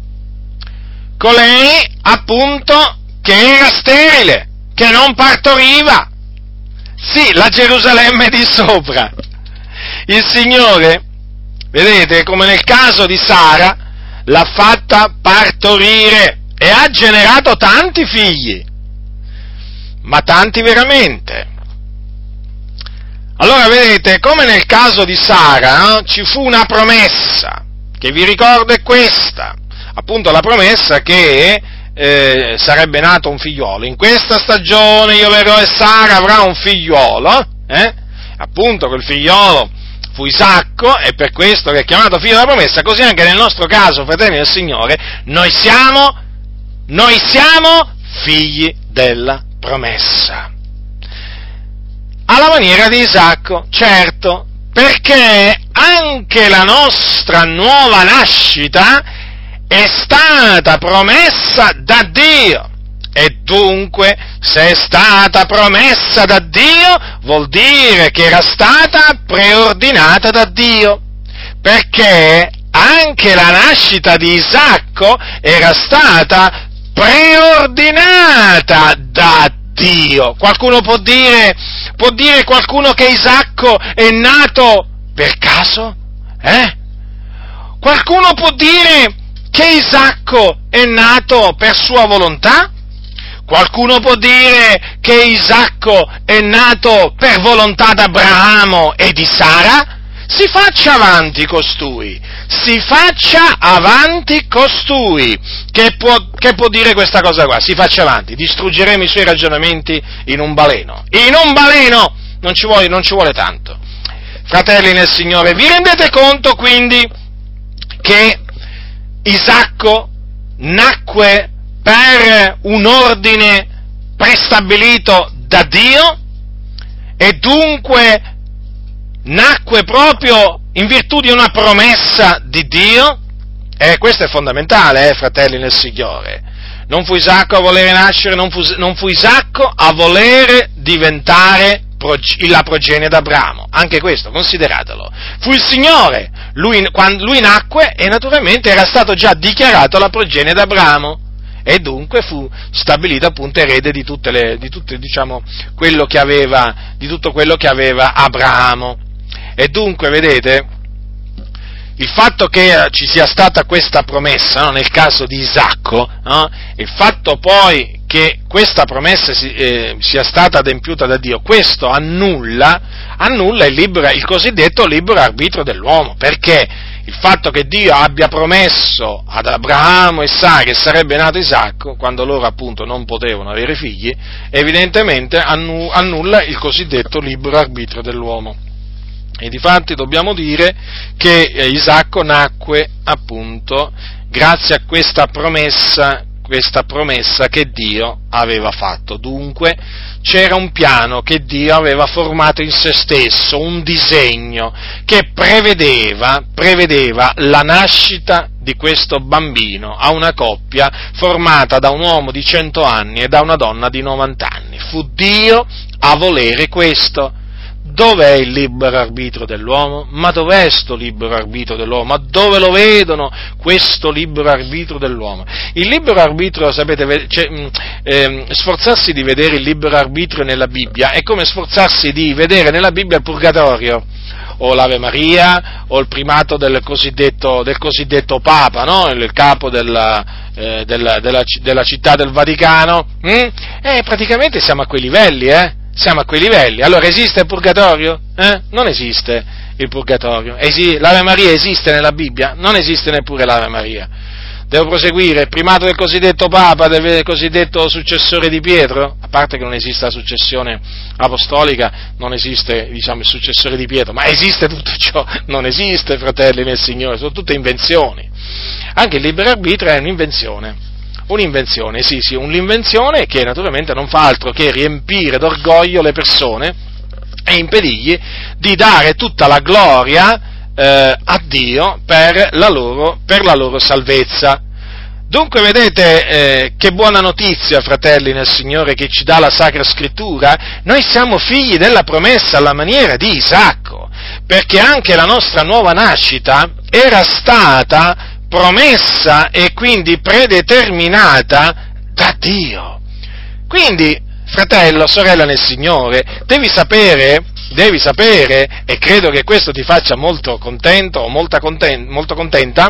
Colei, appunto, che era sterile, che non partoriva. Sì, la Gerusalemme di sopra. Il Signore, vedete, come nel caso di Sara, l'ha fatta partorire e ha generato tanti figli, ma tanti veramente. Allora, vedete, come nel caso di Sara, ci fu una promessa, che vi ricordo è questa, appunto la promessa che sarebbe nato un figliolo. In questa stagione io verrò e Sara avrà un figliolo, appunto quel figliolo fu Isacco, e per questo che è chiamato figlio della promessa. Così anche nel nostro caso, fratelli del Signore, noi siamo figli della promessa. Alla maniera di Isacco, certo, perché anche la nostra nuova nascita è stata promessa da Dio. E dunque, se è stata promessa da Dio, vuol dire che era stata preordinata da Dio, perché anche la nascita di Isacco era stata preordinata da Dio. Qualcuno può dire qualcuno che Isacco è nato per caso? Qualcuno può dire che Isacco è nato per sua volontà? Qualcuno può dire che Isacco è nato per volontà d'Abramo e di Sara? Si faccia avanti costui che può dire questa cosa qua, si faccia avanti, distruggeremo i suoi ragionamenti in un baleno, non ci vuole tanto. Fratelli nel Signore, vi rendete conto quindi che Isacco nacque per un ordine prestabilito da Dio e dunque nacque proprio in virtù di una promessa di Dio? Questo è fondamentale, fratelli nel Signore. Non fu Isacco a volere nascere, non fu Isacco a volere diventare la progenie d'Abramo. Anche questo, consideratelo. Fu il Signore. Quando lui nacque, e naturalmente era stato già dichiarato la progenie d'Abramo. E dunque fu stabilito appunto erede di tutto quello che aveva Abramo. E dunque, vedete, il fatto che ci sia stata questa promessa, no, nel caso di Isacco, no, il fatto poi che questa promessa sia stata adempiuta da Dio, questo annulla il cosiddetto libero arbitrio dell'uomo, perché il fatto che Dio abbia promesso ad Abramo e Sara che sarebbe nato Isacco, quando loro appunto non potevano avere figli, evidentemente annulla il cosiddetto libero arbitrio dell'uomo. E difatti dobbiamo dire che Isacco nacque appunto grazie a questa promessa che Dio aveva fatto. Dunque c'era un piano che Dio aveva formato in se stesso, un disegno che prevedeva la nascita di questo bambino a una coppia formata da un uomo di 100 anni e da una donna di 90 anni. Fu Dio a volere questo. Dov'è il libero arbitrio dell'uomo? Ma dov'è sto libero arbitrio dell'uomo? Ma dove lo vedono questo libero arbitrio dell'uomo? Il libero arbitrio, sapete, sforzarsi di vedere il libero arbitrio nella Bibbia è come sforzarsi di vedere nella Bibbia il purgatorio, o l'Ave Maria, o il primato del cosiddetto Papa, no? Il capo della città del Vaticano. Praticamente siamo a quei livelli, Siamo a quei livelli. Allora esiste il purgatorio? Non esiste il purgatorio. L'Ave Maria esiste nella Bibbia? Non esiste neppure l'Ave Maria. Devo proseguire. Il primato del cosiddetto Papa, del cosiddetto successore di Pietro? A parte che non esiste la successione apostolica, non esiste, il successore di Pietro, ma esiste tutto ciò? Non esiste, fratelli nel Signore, sono tutte invenzioni. Anche il libero arbitrio è un'invenzione. Un'invenzione che naturalmente non fa altro che riempire d'orgoglio le persone e impedirgli di dare tutta la gloria a Dio per la loro salvezza. Dunque vedete che buona notizia, fratelli nel Signore, che ci dà la Sacra Scrittura. Noi siamo figli della promessa alla maniera di Isacco, perché anche la nostra nuova nascita era stata promessa e quindi predeterminata da Dio. Quindi, fratello, sorella nel Signore, devi sapere, e credo che questo ti faccia molto contento o molto contenta,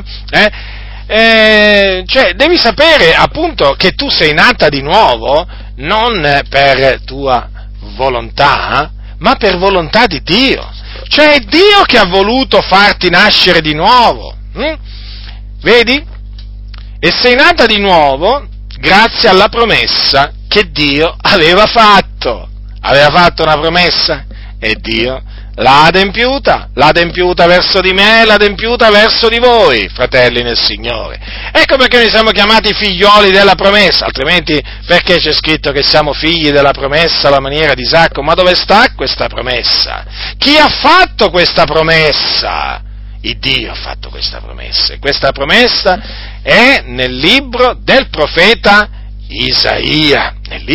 cioè devi sapere appunto che tu sei nata di nuovo non per tua volontà, ma per volontà di Dio. Cioè è Dio che ha voluto farti nascere di nuovo. Vedi? E sei nata di nuovo grazie alla promessa che Dio aveva fatto. Aveva fatto una promessa e Dio l'ha adempiuta verso di me, l'ha adempiuta verso di voi, fratelli nel Signore. Ecco perché noi siamo chiamati figlioli della promessa, altrimenti perché c'è scritto che siamo figli della promessa alla maniera di Isacco? Ma dove sta questa promessa? Chi ha fatto questa promessa? Il Dio ha fatto questa promessa, e questa promessa è nel libro del profeta Isaia,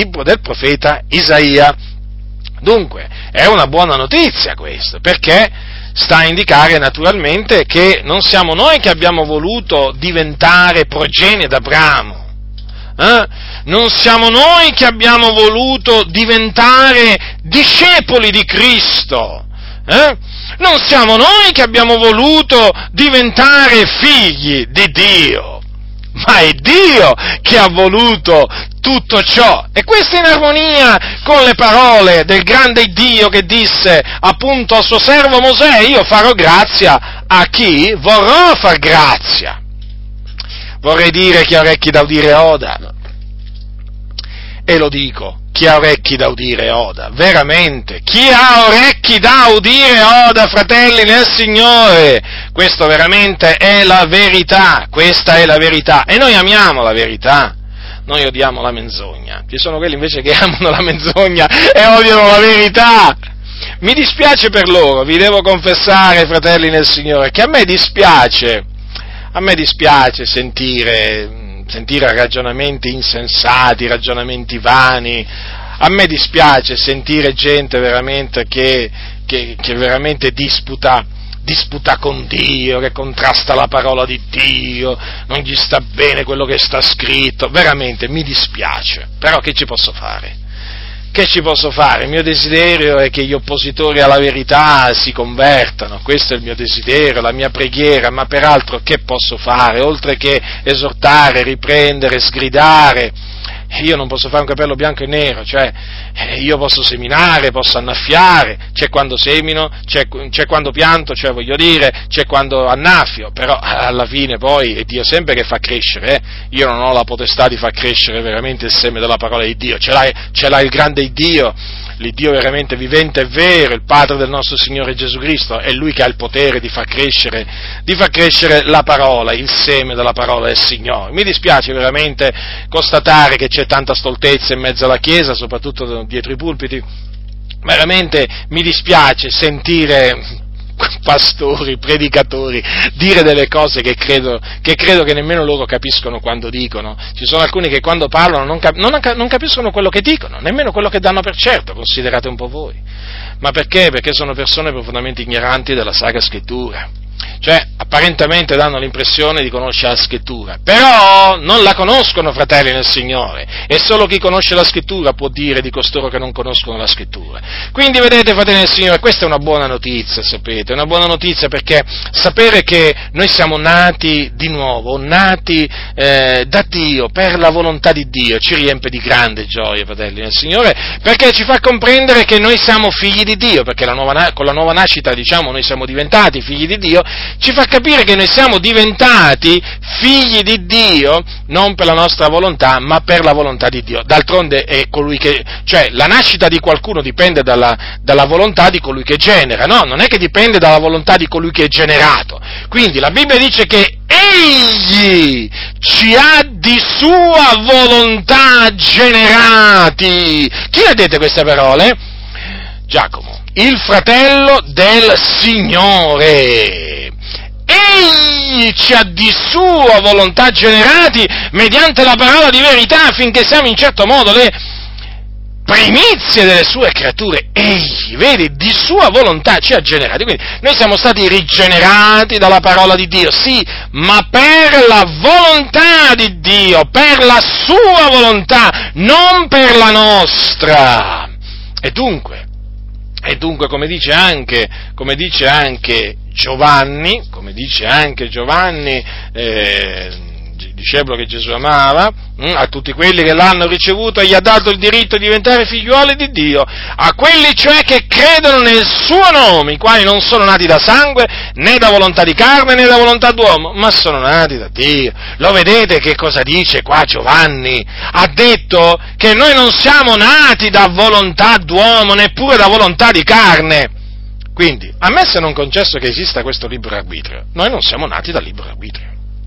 Dunque, è una buona notizia questo, perché sta a indicare naturalmente che non siamo noi che abbiamo voluto diventare progenie d'Abramo, non siamo noi che abbiamo voluto diventare discepoli di Cristo, non siamo noi che abbiamo voluto diventare figli di Dio, ma è Dio che ha voluto tutto ciò. E questo in armonia con le parole del grande Dio che disse appunto al suo servo Mosè: io farò grazia a chi vorrò far grazia. Vorrei dire: chi ha orecchi da udire oda. E lo dico: chi ha orecchi da udire oda, veramente, chi ha orecchi da udire oda, fratelli nel Signore, questo veramente è la verità, questa è la verità, e noi amiamo la verità, noi odiamo la menzogna, ci sono quelli invece che amano la menzogna e odiano la verità. Mi dispiace per loro, vi devo confessare, fratelli nel Signore, che a me dispiace sentire ragionamenti insensati, ragionamenti vani. A me dispiace sentire gente veramente che veramente disputa con Dio, che contrasta la parola di Dio, non gli sta bene quello che sta scritto, veramente mi dispiace, però che ci posso fare? Il mio desiderio è che gli oppositori alla verità si convertano, questo è il mio desiderio, la mia preghiera, ma peraltro che posso fare? Oltre che esortare, riprendere, sgridare, io non posso fare un capello bianco e nero, cioè io posso seminare, posso annaffiare, c'è quando semino, c'è quando pianto, cioè voglio dire, c'è quando annaffio, però alla fine poi è Dio sempre che fa crescere, io non ho la potestà di far crescere veramente il seme della parola di Dio, ce l'ha il grande Dio, l'Iddio veramente vivente e vero, il Padre del nostro Signore Gesù Cristo, è Lui che ha il potere di far crescere la parola, il seme della parola del Signore. Mi dispiace veramente constatare che c'è tanta stoltezza in mezzo alla Chiesa, soprattutto dietro i pulpiti, veramente mi dispiace sentire pastori, predicatori, dire delle cose che credo che nemmeno loro capiscono quando dicono. Ci sono alcuni che quando parlano non capiscono quello che dicono, nemmeno quello che danno per certo, considerate un po' voi. Ma perché? Perché sono persone profondamente ignoranti della Sacra Scrittura. Cioè, apparentemente danno l'impressione di conoscere la Scrittura, però non la conoscono, fratelli nel Signore, e solo chi conosce la Scrittura può dire di costoro che non conoscono la Scrittura. Quindi, vedete, fratelli nel Signore, questa è una buona notizia, sapete, è una buona notizia perché sapere che noi siamo nati di nuovo, nati da Dio, per la volontà di Dio, ci riempie di grande gioia, fratelli nel Signore, perché ci fa comprendere che noi siamo figli di Dio, perché con la nuova nascita, diciamo, noi siamo diventati figli di Dio, ci fa capire che noi siamo diventati figli di Dio non per la nostra volontà, ma per la volontà di Dio. D'altronde è colui che, cioè la nascita di qualcuno dipende dalla volontà di colui che genera, no? Non è che dipende dalla volontà di colui che è generato. Quindi la Bibbia dice che Egli ci ha di sua volontà generati. Chi le ha dette queste parole? Giacomo, il fratello del Signore. Egli ci ha di sua volontà generati mediante la parola di verità affinché siamo in certo modo le primizie delle sue creature. Egli, vedi, di sua volontà ci ha generati. Quindi noi siamo stati rigenerati dalla parola di Dio, sì, ma per la volontà di Dio, per la sua volontà, non per la nostra. E dunque, come dice anche Giovanni, discepolo che Gesù amava, a tutti quelli che l'hanno ricevuto gli ha dato il diritto di diventare figliuoli di Dio, a quelli cioè che credono nel suo nome, i quali non sono nati da sangue, né da volontà di carne, né da volontà d'uomo, ma sono nati da Dio. Lo vedete che cosa dice qua Giovanni? Ha detto che noi non siamo nati da volontà d'uomo, neppure da volontà di carne. Quindi, ammesso e non concesso che esista questo libero arbitrio, noi non siamo nati dal libero arbitrio.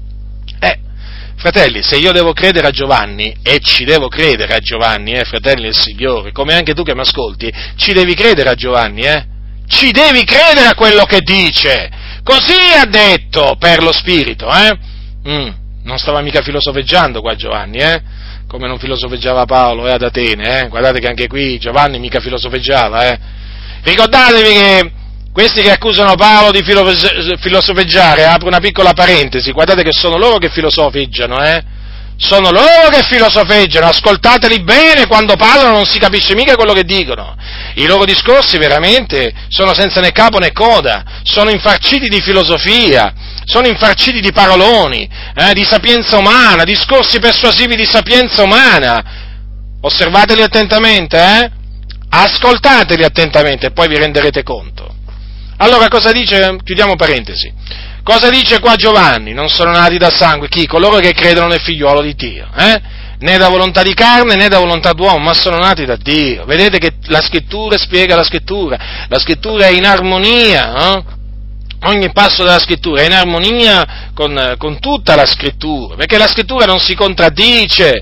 Fratelli, se io devo credere a Giovanni, e ci devo credere a Giovanni, fratelli del Signore, come anche tu che mi ascolti, ci devi credere a Giovanni, ci devi credere a quello che dice, così ha detto per lo Spirito, non stava mica filosofeggiando qua Giovanni, come non filosofeggiava Paolo ad Atene, guardate che anche qui Giovanni mica filosofeggiava, ricordatevi che questi che accusano Paolo di filosofeggiare, apro una piccola parentesi, guardate che sono loro che filosofeggiano, sono loro che filosofeggiano, ascoltateli bene, quando parlano non si capisce mica quello che dicono, i loro discorsi veramente sono senza né capo né coda, sono infarciti di filosofia, sono infarciti di paroloni, di sapienza umana, discorsi persuasivi di sapienza umana, osservateli attentamente, ascoltateli attentamente e poi vi renderete conto. Allora cosa dice? Chiudiamo parentesi. Cosa dice qua Giovanni? Non sono nati da sangue, chi? Coloro che credono nel figliuolo di Dio, né da volontà di carne né da volontà d'uomo, ma sono nati da Dio. Vedete che la Scrittura spiega la Scrittura è in armonia, ogni passo della Scrittura è in armonia con tutta la Scrittura, perché la Scrittura non si contraddice,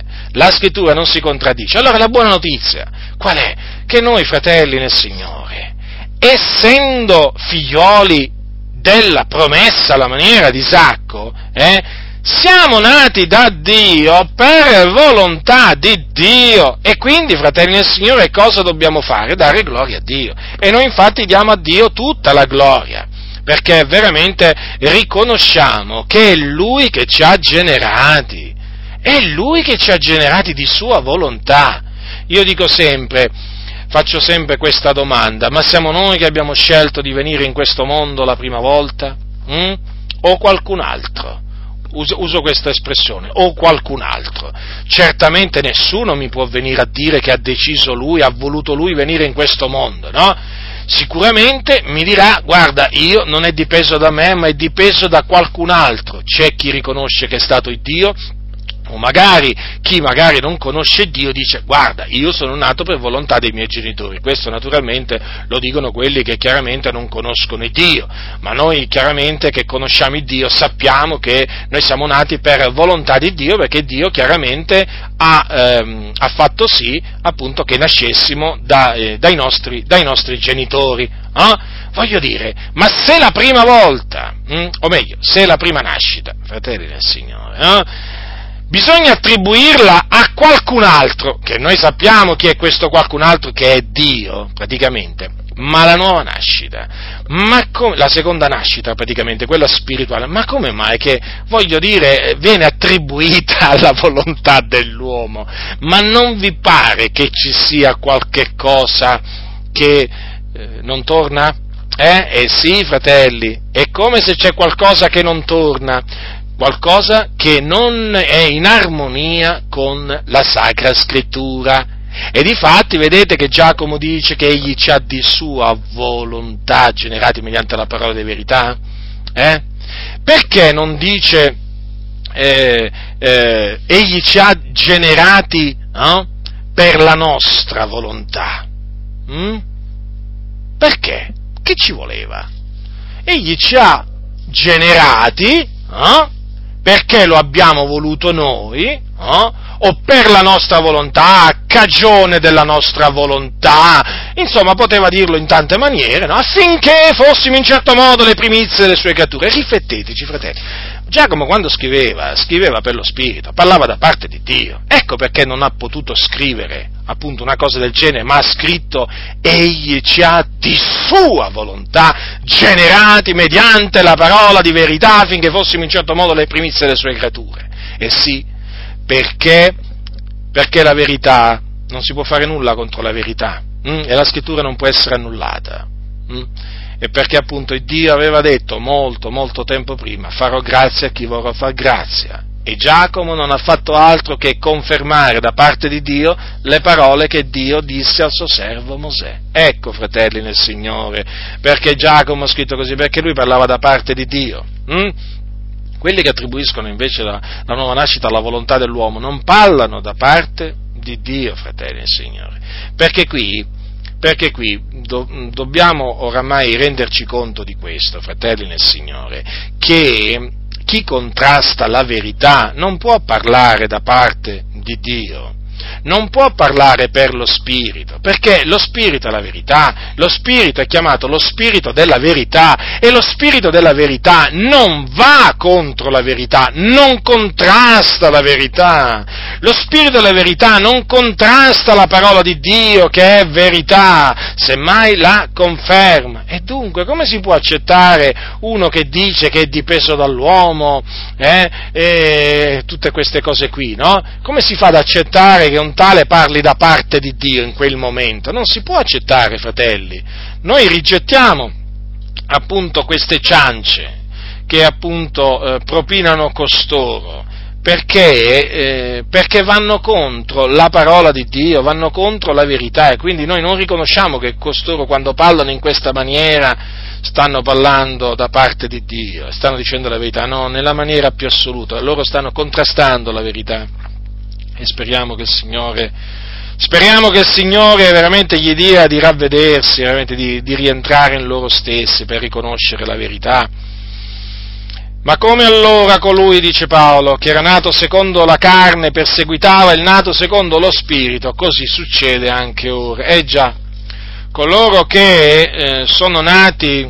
Allora la buona notizia, qual è? Che noi, fratelli nel Signore, essendo figlioli della promessa alla maniera di Isacco, siamo nati da Dio per volontà di Dio, e quindi, fratelli nel Signore, cosa dobbiamo fare? Dare gloria a Dio, e noi infatti diamo a Dio tutta la gloria, perché veramente riconosciamo che è Lui che ci ha generati, di sua volontà. Io dico sempre, faccio sempre questa domanda: ma siamo noi che abbiamo scelto di venire in questo mondo la prima volta? O qualcun altro? uso questa espressione, o qualcun altro. Certamente nessuno mi può venire a dire che ha deciso lui, ha voluto lui venire in questo mondo, no? Sicuramente mi dirà, guarda, io non è dipeso da me, ma è dipeso da qualcun altro. C'è chi riconosce che è stato il Dio, o magari chi magari non conosce Dio dice, guarda, io sono nato per volontà dei miei genitori. Questo naturalmente lo dicono quelli che chiaramente non conoscono il Dio, ma noi chiaramente che conosciamo il Dio sappiamo che noi siamo nati per volontà di Dio, perché Dio chiaramente ha fatto sì appunto che nascessimo dai nostri genitori. Voglio dire, ma se la prima volta, o meglio, se la prima nascita, fratelli del Signore, bisogna attribuirla a qualcun altro, che noi sappiamo chi è questo qualcun altro, che è Dio, praticamente, ma la nuova nascita, la seconda nascita praticamente, quella spirituale, ma come mai che, voglio dire, viene attribuita alla volontà dell'uomo? Ma non vi pare che ci sia qualche cosa che non torna? Sì, fratelli, è come se c'è qualcosa che non torna, qualcosa che non è in armonia con la Sacra Scrittura. E difatti vedete che Giacomo dice che egli ci ha di sua volontà generati mediante la parola di verità? Perché non dice egli ci ha generati per la nostra volontà? Perché? Che ci voleva? Egli ci ha generati perché lo abbiamo voluto noi, o per la nostra volontà, a cagione della nostra volontà, insomma poteva dirlo in tante maniere, affinché fossimo in certo modo le primizie delle sue creature. Rifletteteci, fratelli, Giacomo quando scriveva per lo Spirito, parlava da parte di Dio, ecco perché non ha potuto scrivere appunto una cosa del genere, ma ha scritto egli ci ha di sua volontà generati mediante la parola di verità affinché fossimo in certo modo le primizie delle sue creature. E sì, perché la verità, non si può fare nulla contro la verità, e la scrittura non può essere annullata, e perché appunto Dio aveva detto molto, molto tempo prima, farò grazia a chi vorrà far grazia, e Giacomo non ha fatto altro che confermare da parte di Dio le parole che Dio disse al suo servo Mosè. Ecco, fratelli nel Signore, perché Giacomo ha scritto così, perché lui parlava da parte di Dio. Quelli che attribuiscono invece la nuova nascita alla volontà dell'uomo non parlano da parte di Dio, fratelli nel Signore, perché qui dobbiamo oramai renderci conto di questo, fratelli nel Signore, che chi contrasta la verità non può parlare da parte di Dio, non può parlare per lo Spirito, perché lo Spirito è la verità, lo Spirito è chiamato lo Spirito della verità, e lo Spirito della verità non va contro la verità, non contrasta la verità, lo Spirito della verità non contrasta la parola di Dio che è verità, semmai la conferma. E dunque come si può accettare uno che dice che è dipeso dall'uomo, e tutte queste cose qui, no? Come si fa ad accettare che un tale parli da parte di Dio in quel momento? Non si può accettare, fratelli. Noi rigettiamo appunto queste ciance che appunto propinano costoro, perché vanno contro la parola di Dio, vanno contro la verità, e quindi noi non riconosciamo che costoro, quando parlano in questa maniera, stanno parlando da parte di Dio, stanno dicendo la verità. No, nella maniera più assoluta, loro stanno contrastando la verità, e speriamo che il Signore veramente gli dia di ravvedersi, veramente di rientrare in loro stessi per riconoscere la verità. Ma come allora colui, dice Paolo, che era nato secondo la carne perseguitava il nato secondo lo Spirito, così succede anche ora. Già, coloro che sono nati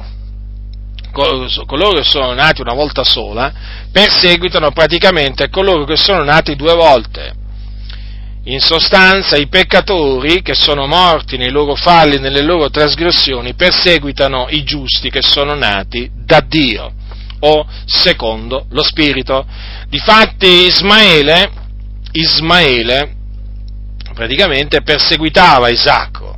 una volta sola perseguitano praticamente coloro che sono nati due volte. In sostanza, i peccatori che sono morti nei loro falli, nelle loro trasgressioni, perseguitano i giusti che sono nati da Dio, o secondo lo Spirito. Difatti Ismaele praticamente perseguitava Isacco.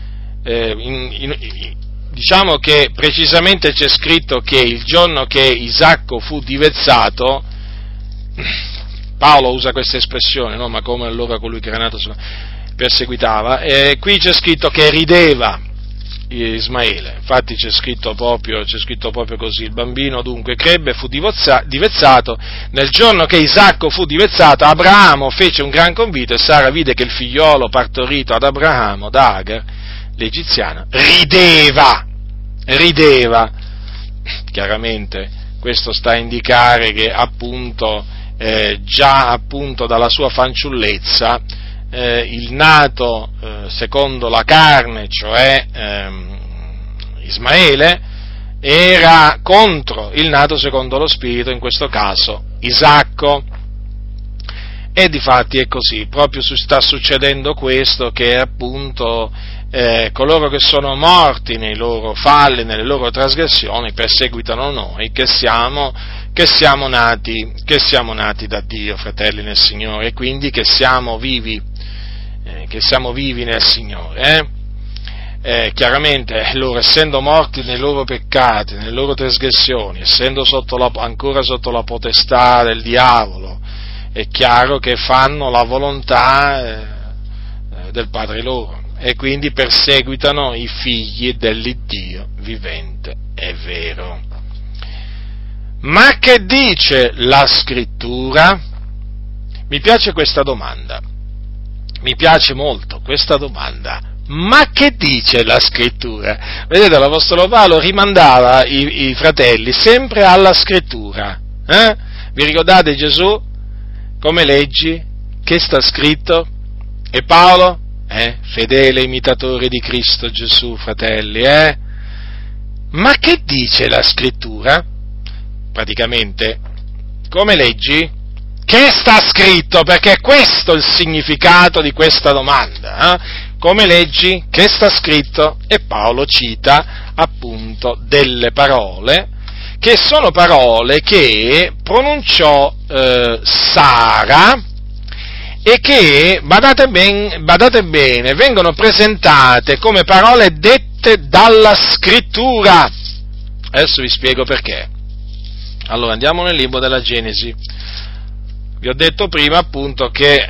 Diciamo che precisamente c'è scritto che il giorno che Isacco fu divezzato, Paolo usa questa espressione, no? Ma come allora colui che era nato perseguitava, e qui c'è scritto che rideva Ismaele, infatti c'è scritto proprio così: il bambino dunque crebbe e fu divezzato. Nel giorno che Isacco fu divezzato, Abramo fece un gran convito, e Sara vide che il figliolo partorito ad Abramo da Agar, l'egiziana, rideva. Chiaramente questo sta a indicare che appunto già appunto dalla sua fanciullezza il nato secondo la carne, cioè Ismaele, era contro il nato secondo lo spirito, in questo caso Isacco. E difatti è così, proprio sta succedendo questo, che appunto coloro che sono morti nei loro falli, nelle loro trasgressioni, perseguitano noi che siamo nati da Dio, fratelli nel Signore, e quindi che siamo vivi nel Signore. Chiaramente loro, essendo morti nei loro peccati, nelle loro trasgressioni, essendo ancora sotto la potestà del diavolo, è chiaro che fanno la volontà del Padre loro, e quindi perseguitano i figli dell'Iddio vivente e vero. Ma che dice la Scrittura? Mi piace questa domanda, mi piace molto questa domanda. Ma che dice la Scrittura? Vedete, l'Apostolo Paolo rimandava i fratelli sempre alla Scrittura. Vi ricordate Gesù? Come leggi? Che sta scritto? E Paolo? Fedele imitatore di Cristo Gesù, fratelli, Ma che dice la Scrittura? Praticamente, come leggi? Che sta scritto? Perché è questo il significato di questa domanda. Come leggi? Che sta scritto? E Paolo cita appunto delle parole, che sono parole che pronunciò Sara, e che, badate bene, vengono presentate come parole dette dalla Scrittura. Adesso vi spiego perché. Allora, andiamo nel libro della Genesi. Vi ho detto prima appunto che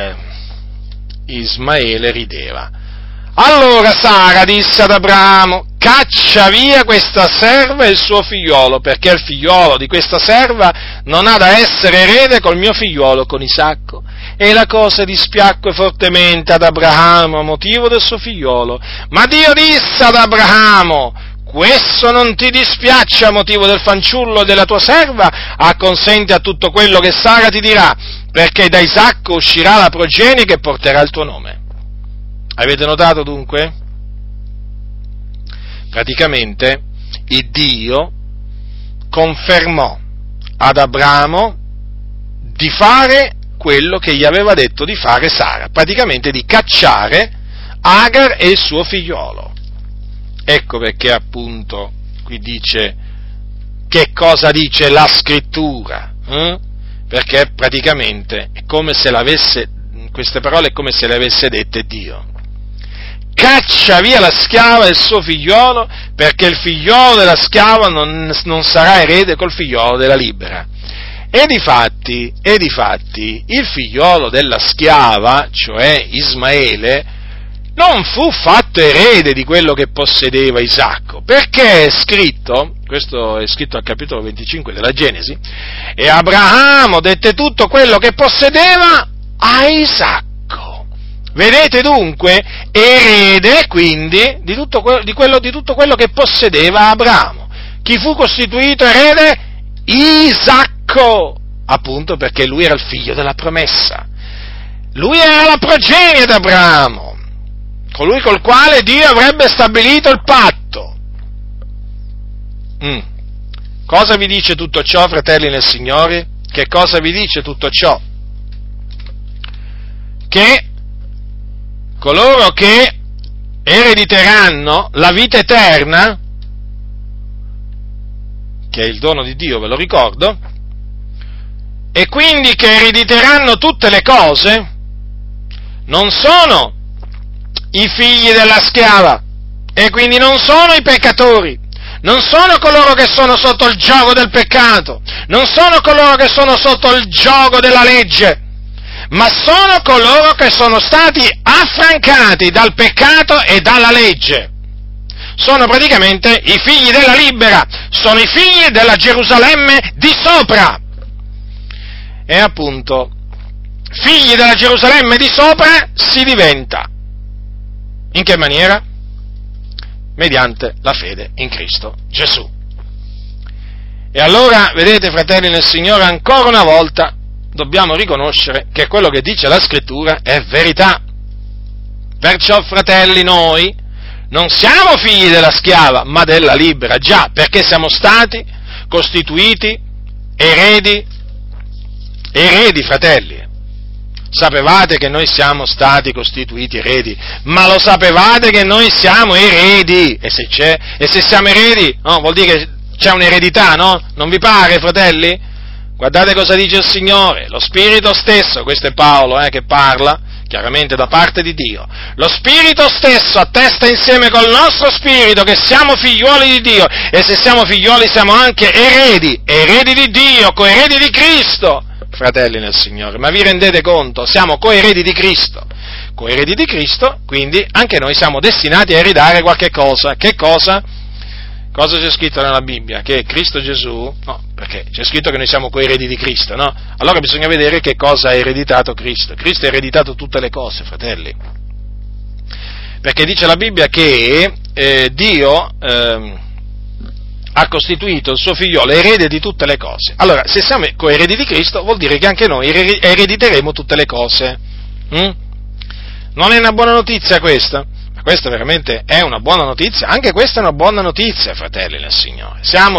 Ismaele rideva. Allora Sara disse ad Abramo: caccia via questa serva e il suo figliolo, perché il figliolo di questa serva non ha da essere erede col mio figliolo, con Isacco. E la cosa dispiacque fortemente ad Abramo a motivo del suo figliolo. Ma Dio disse ad Abramo: questo non ti dispiace a motivo del fanciullo della tua serva? Acconsenti a tutto quello che Sara ti dirà, perché da Isacco uscirà la progenie che porterà il tuo nome. Avete notato dunque? Praticamente il Dio confermò ad Abramo di fare quello che gli aveva detto di fare Sara, praticamente di cacciare Agar e il suo figliolo. Ecco perché appunto qui dice che cosa dice la Scrittura, perché praticamente è come se queste parole è come se le avesse dette Dio. Caccia via la schiava e il suo figliolo, perché il figliolo della schiava non sarà erede col figliolo della libera. E difatti il figliolo della schiava, cioè Ismaele, non fu fatto erede di quello che possedeva Isacco, perché è scritto, questo è scritto al capitolo 25 della Genesi, e Abramo dette tutto quello che possedeva a Isacco. Vedete dunque, erede quindi di tutto quello che possedeva Abramo. Chi fu costituito erede? Isacco, appunto perché lui era il figlio della promessa. Lui era la progenie di Abramo, colui col quale Dio avrebbe stabilito il patto. Cosa vi dice tutto ciò, fratelli nel Signore? Che cosa vi dice tutto ciò? Che coloro che erediteranno la vita eterna, che è il dono di Dio, ve lo ricordo, e quindi che erediteranno tutte le cose, non sono i figli della schiava, e quindi non sono i peccatori, non sono coloro che sono sotto il giogo del peccato, non sono coloro che sono sotto il giogo della legge, ma sono coloro che sono stati affrancati dal peccato e dalla legge. Sono praticamente i figli della libera, sono i figli della Gerusalemme di sopra. E appunto, figli della Gerusalemme di sopra si diventa. In che maniera? Mediante la fede in Cristo Gesù. E allora, vedete, fratelli nel Signore, ancora una volta dobbiamo riconoscere che quello che dice la Scrittura è verità. Perciò, fratelli, noi non siamo figli della schiava, ma della libera, già, perché siamo stati costituiti eredi, fratelli. Sapevate che noi siamo stati costituiti eredi, ma lo sapevate che noi siamo eredi? E se siamo eredi, no, vuol dire che c'è un'eredità, no? Non vi pare, fratelli? Guardate cosa dice il Signore, lo Spirito stesso, questo è Paolo che parla, chiaramente da parte di Dio, lo Spirito stesso attesta insieme col nostro spirito che siamo figliuoli di Dio, e se siamo figliuoli siamo anche eredi di Dio, coeredi di Cristo, fratelli nel Signore, ma vi rendete conto? Siamo coeredi di Cristo, quindi anche noi siamo destinati a eredare qualche cosa. Che cosa? Cosa c'è scritto nella Bibbia? Che Cristo Gesù, no, perché c'è scritto che noi siamo coeredi di Cristo, no? Allora bisogna vedere che cosa ha ereditato Cristo. Cristo ha ereditato tutte le cose, fratelli. Perché dice la Bibbia che Dio ha costituito il suo figliolo erede di tutte le cose. Allora, se siamo coeredi di Cristo, vuol dire che anche noi erediteremo tutte le cose. Non è una buona notizia questa? Questa veramente è una buona notizia, anche questa è una buona notizia, fratelli nel Signore. Siamo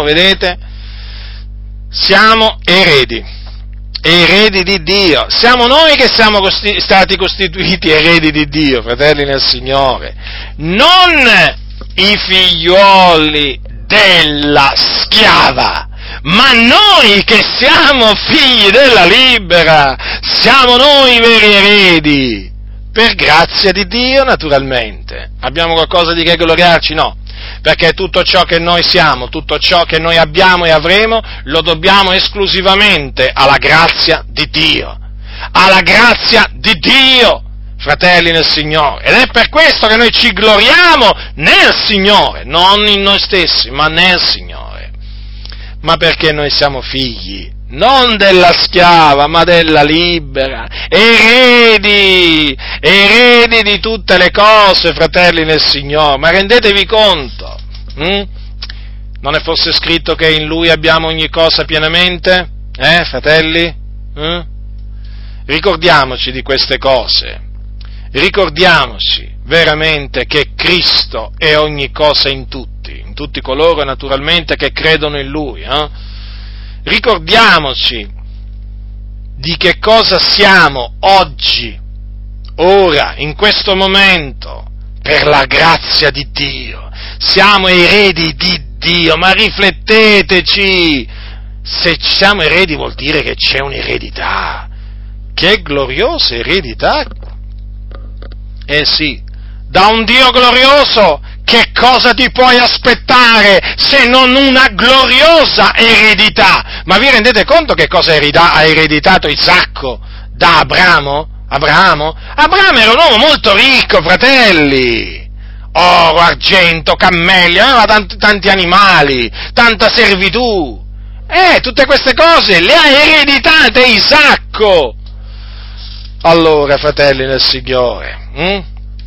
eredi di Dio, siamo noi che siamo stati costituiti eredi di Dio, fratelli nel Signore, non i figlioli della schiava, ma noi che siamo figli della libera, siamo noi i veri eredi. Per grazia di Dio, naturalmente. Abbiamo qualcosa di che gloriarci? No, perché tutto ciò che noi siamo, tutto ciò che noi abbiamo e avremo, lo dobbiamo esclusivamente alla grazia di Dio. Alla grazia di Dio, fratelli nel Signore. Ed è per questo che noi ci gloriamo nel Signore, non in noi stessi, ma nel Signore. Ma perché noi siamo figli non della schiava, ma della libera, eredi di tutte le cose, fratelli nel Signore, ma rendetevi conto, non è forse scritto che in Lui abbiamo ogni cosa pienamente, fratelli? Ricordiamoci di queste cose, ricordiamoci veramente che Cristo è ogni cosa in tutti coloro naturalmente che credono in Lui, Ricordiamoci di che cosa siamo oggi, ora, in questo momento, per la grazia di Dio. Siamo eredi di Dio, ma rifletteteci, se siamo eredi vuol dire che c'è un'eredità, che gloriosa eredità, sì, da un Dio glorioso. Che cosa ti puoi aspettare se non una gloriosa eredità? Ma vi rendete conto che cosa ha ereditato Isacco da Abramo? Abramo era un uomo molto ricco, fratelli. Oro, argento, cammelli, aveva tanti animali, tanta servitù. Tutte queste cose le ha ereditate Isacco. Allora, fratelli nel Signore,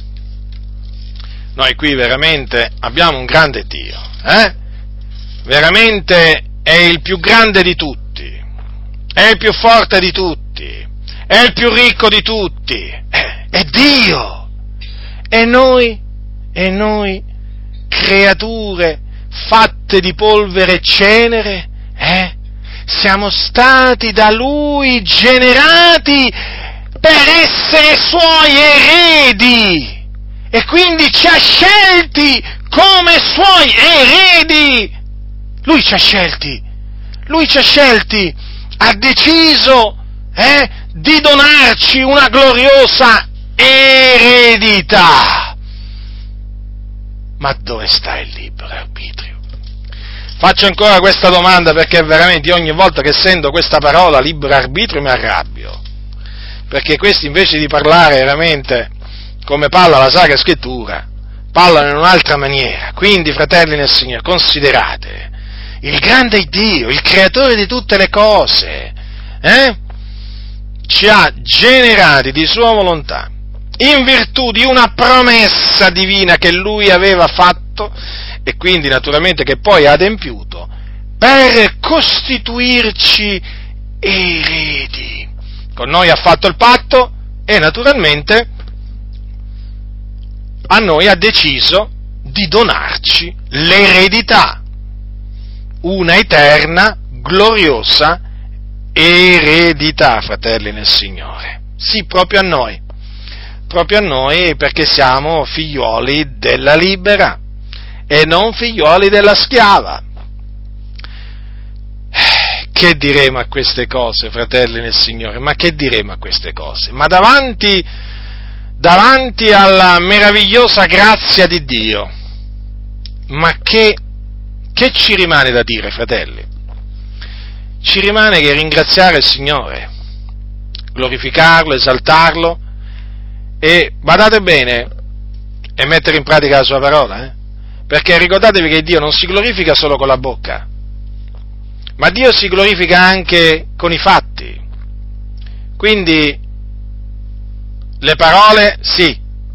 noi qui veramente abbiamo un grande Dio, veramente è il più grande di tutti, è il più forte di tutti, è il più ricco di tutti, è Dio, e noi, creature fatte di polvere e cenere, siamo stati da Lui generati per essere Suoi eredi. E quindi ci ha scelti come Suoi eredi. Lui ci ha scelti, ha deciso di donarci una gloriosa eredità. Ma dove sta il libero arbitrio? Faccio ancora questa domanda perché veramente io ogni volta che sento questa parola libero arbitrio mi arrabbio, perché questi invece di parlare veramente come parla la Sacra Scrittura, parlano in un'altra maniera. Quindi, fratelli nel Signore, considerate il grande Dio, il creatore di tutte le cose, ci ha generati di sua volontà in virtù di una promessa divina che Lui aveva fatto e quindi naturalmente che poi ha adempiuto per costituirci eredi. Con noi ha fatto il patto e naturalmente a noi ha deciso di donarci l'eredità, una eterna, gloriosa eredità, fratelli nel Signore. Sì, proprio a noi perché siamo figlioli della libera e non figlioli della schiava. Che diremo a queste cose, fratelli nel Signore? Ma che diremo a queste cose? Ma davanti alla meravigliosa grazia di Dio, ma che ci rimane da dire, fratelli? Ci rimane che ringraziare il Signore, glorificarlo, esaltarlo e, badate bene, e mettere in pratica la sua parola, perché ricordatevi che Dio non si glorifica solo con la bocca, ma Dio si glorifica anche con i fatti. Quindi le parole sì,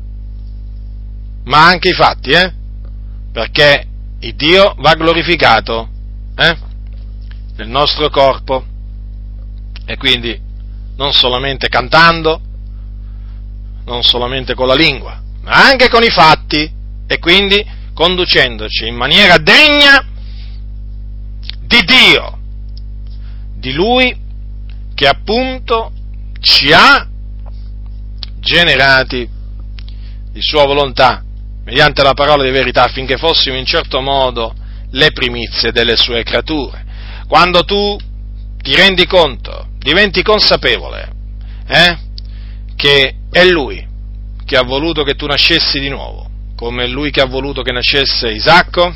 ma anche i fatti, perché il Dio va glorificato nel nostro corpo, e quindi non solamente cantando, non solamente con la lingua, ma anche con i fatti, e quindi conducendoci in maniera degna di Dio, di Lui che appunto ci ha generati di sua volontà mediante la parola di verità affinché fossimo in certo modo le primizie delle sue creature. Quando tu ti rendi conto, diventi consapevole che è Lui che ha voluto che tu nascessi di nuovo, come è Lui che ha voluto che nascesse Isacco,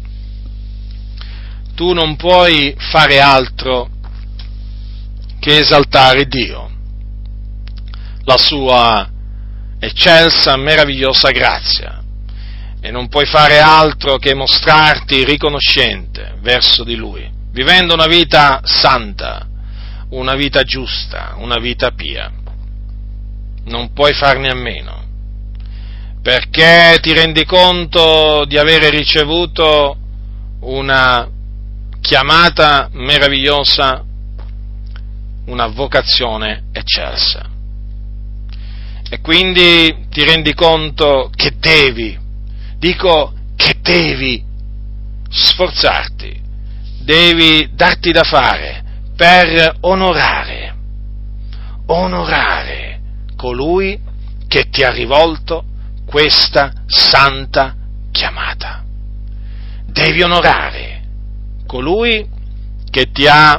tu non puoi fare altro che esaltare Dio, la sua eccelsa, meravigliosa grazia, e non puoi fare altro che mostrarti riconoscente verso di Lui, vivendo una vita santa, una vita giusta, una vita pia. Non puoi farne a meno, perché ti rendi conto di avere ricevuto una chiamata meravigliosa, una vocazione eccelsa. E quindi ti rendi conto che devi sforzarti, devi darti da fare per onorare colui che ti ha rivolto questa santa chiamata. Devi onorare colui che ti ha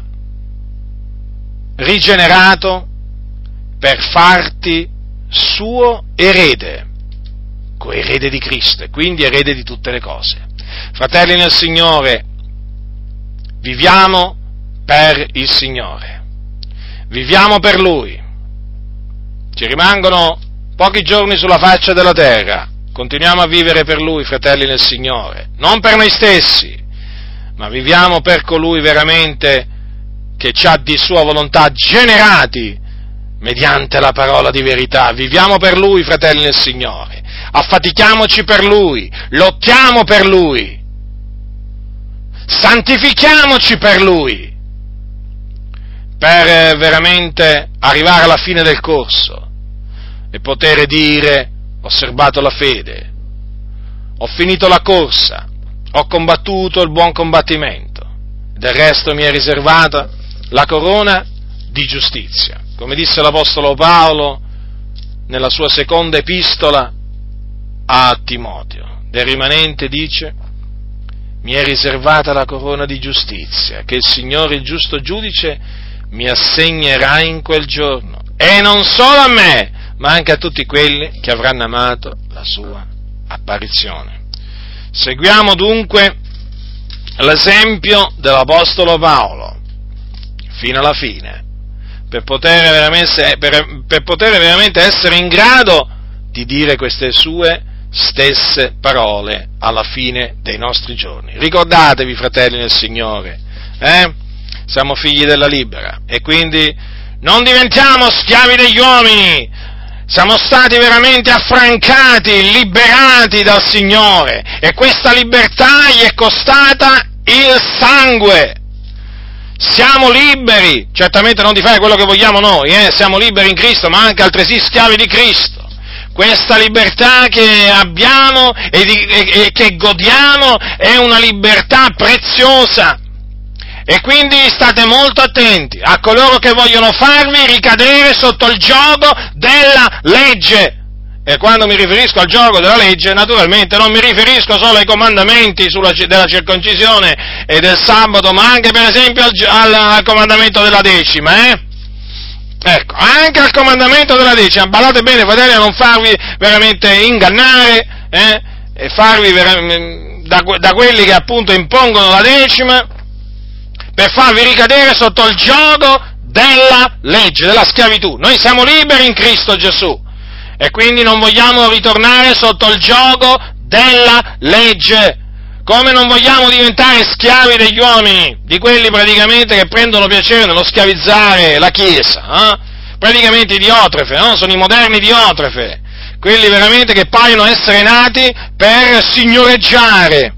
rigenerato per farti suo erede, coerede di Cristo e quindi erede di tutte le cose. Fratelli nel Signore, viviamo per il Signore, viviamo per Lui. Ci rimangono pochi giorni sulla faccia della terra, continuiamo a vivere per Lui, fratelli nel Signore, non per noi stessi, ma viviamo per colui veramente che ci ha di sua volontà generati mediante la parola di verità. Viviamo per Lui, fratelli nel Signore, affatichiamoci per Lui, lottiamo per Lui, santifichiamoci per Lui, per veramente arrivare alla fine del corso e poter dire: ho serbato la fede, ho finito la corsa, ho combattuto il buon combattimento, del resto mi è riservata la corona di giustizia. Come disse l'Apostolo Paolo nella sua seconda epistola a Timoteo, del rimanente dice: mi è riservata la corona di giustizia, che il Signore, il giusto giudice, mi assegnerà in quel giorno, e non solo a me, ma anche a tutti quelli che avranno amato la sua apparizione. Seguiamo dunque l'esempio dell'Apostolo Paolo fino alla fine, per poter veramente essere in grado di dire queste sue stesse parole alla fine dei nostri giorni. Ricordatevi, fratelli nel Signore, siamo figli della libera e quindi non diventiamo schiavi degli uomini. Siamo stati veramente affrancati, liberati dal Signore, e questa libertà gli è costata il sangue. Siamo liberi, certamente non di fare quello che vogliamo noi, siamo liberi in Cristo, ma anche altresì schiavi di Cristo. Questa libertà che abbiamo e che godiamo è una libertà preziosa. E quindi state molto attenti a coloro che vogliono farvi ricadere sotto il giogo della legge. E quando mi riferisco al giogo della legge, naturalmente non mi riferisco solo ai comandamenti della circoncisione e del sabato, ma anche per esempio al comandamento della decima, Ecco, anche al comandamento della decima. Badate bene, fratelli, a non farvi veramente ingannare, e farvi da quelli che appunto impongono la decima, per farvi ricadere sotto il giogo della legge, della schiavitù. Noi siamo liberi in Cristo Gesù e quindi non vogliamo ritornare sotto il giogo della legge, come non vogliamo diventare schiavi degli uomini, di quelli praticamente che prendono piacere nello schiavizzare la Chiesa, praticamente idiotrofe, sono i moderni idiotrofe, quelli veramente che paiono essere nati per signoreggiare,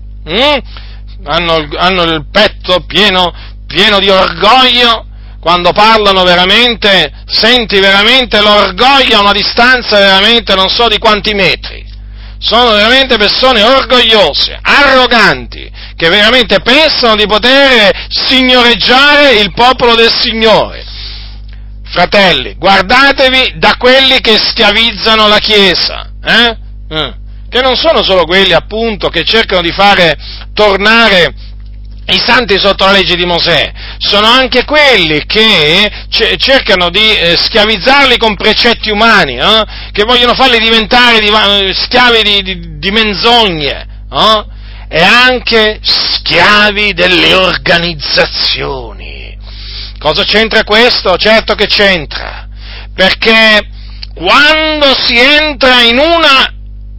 hanno il petto pieno di orgoglio, quando parlano veramente, senti veramente l'orgoglio a una distanza veramente non so di quanti metri. Sono veramente persone orgogliose, arroganti, che veramente pensano di poter signoreggiare il popolo del Signore. Fratelli, guardatevi da quelli che schiavizzano la Chiesa, che non sono solo quelli appunto che cercano di fare tornare i santi sotto la legge di Mosè, sono anche quelli che cercano di schiavizzarli con precetti umani, che vogliono farli diventare schiavi di menzogne, e anche schiavi delle organizzazioni. Cosa c'entra questo? Certo che c'entra, perché quando si entra in una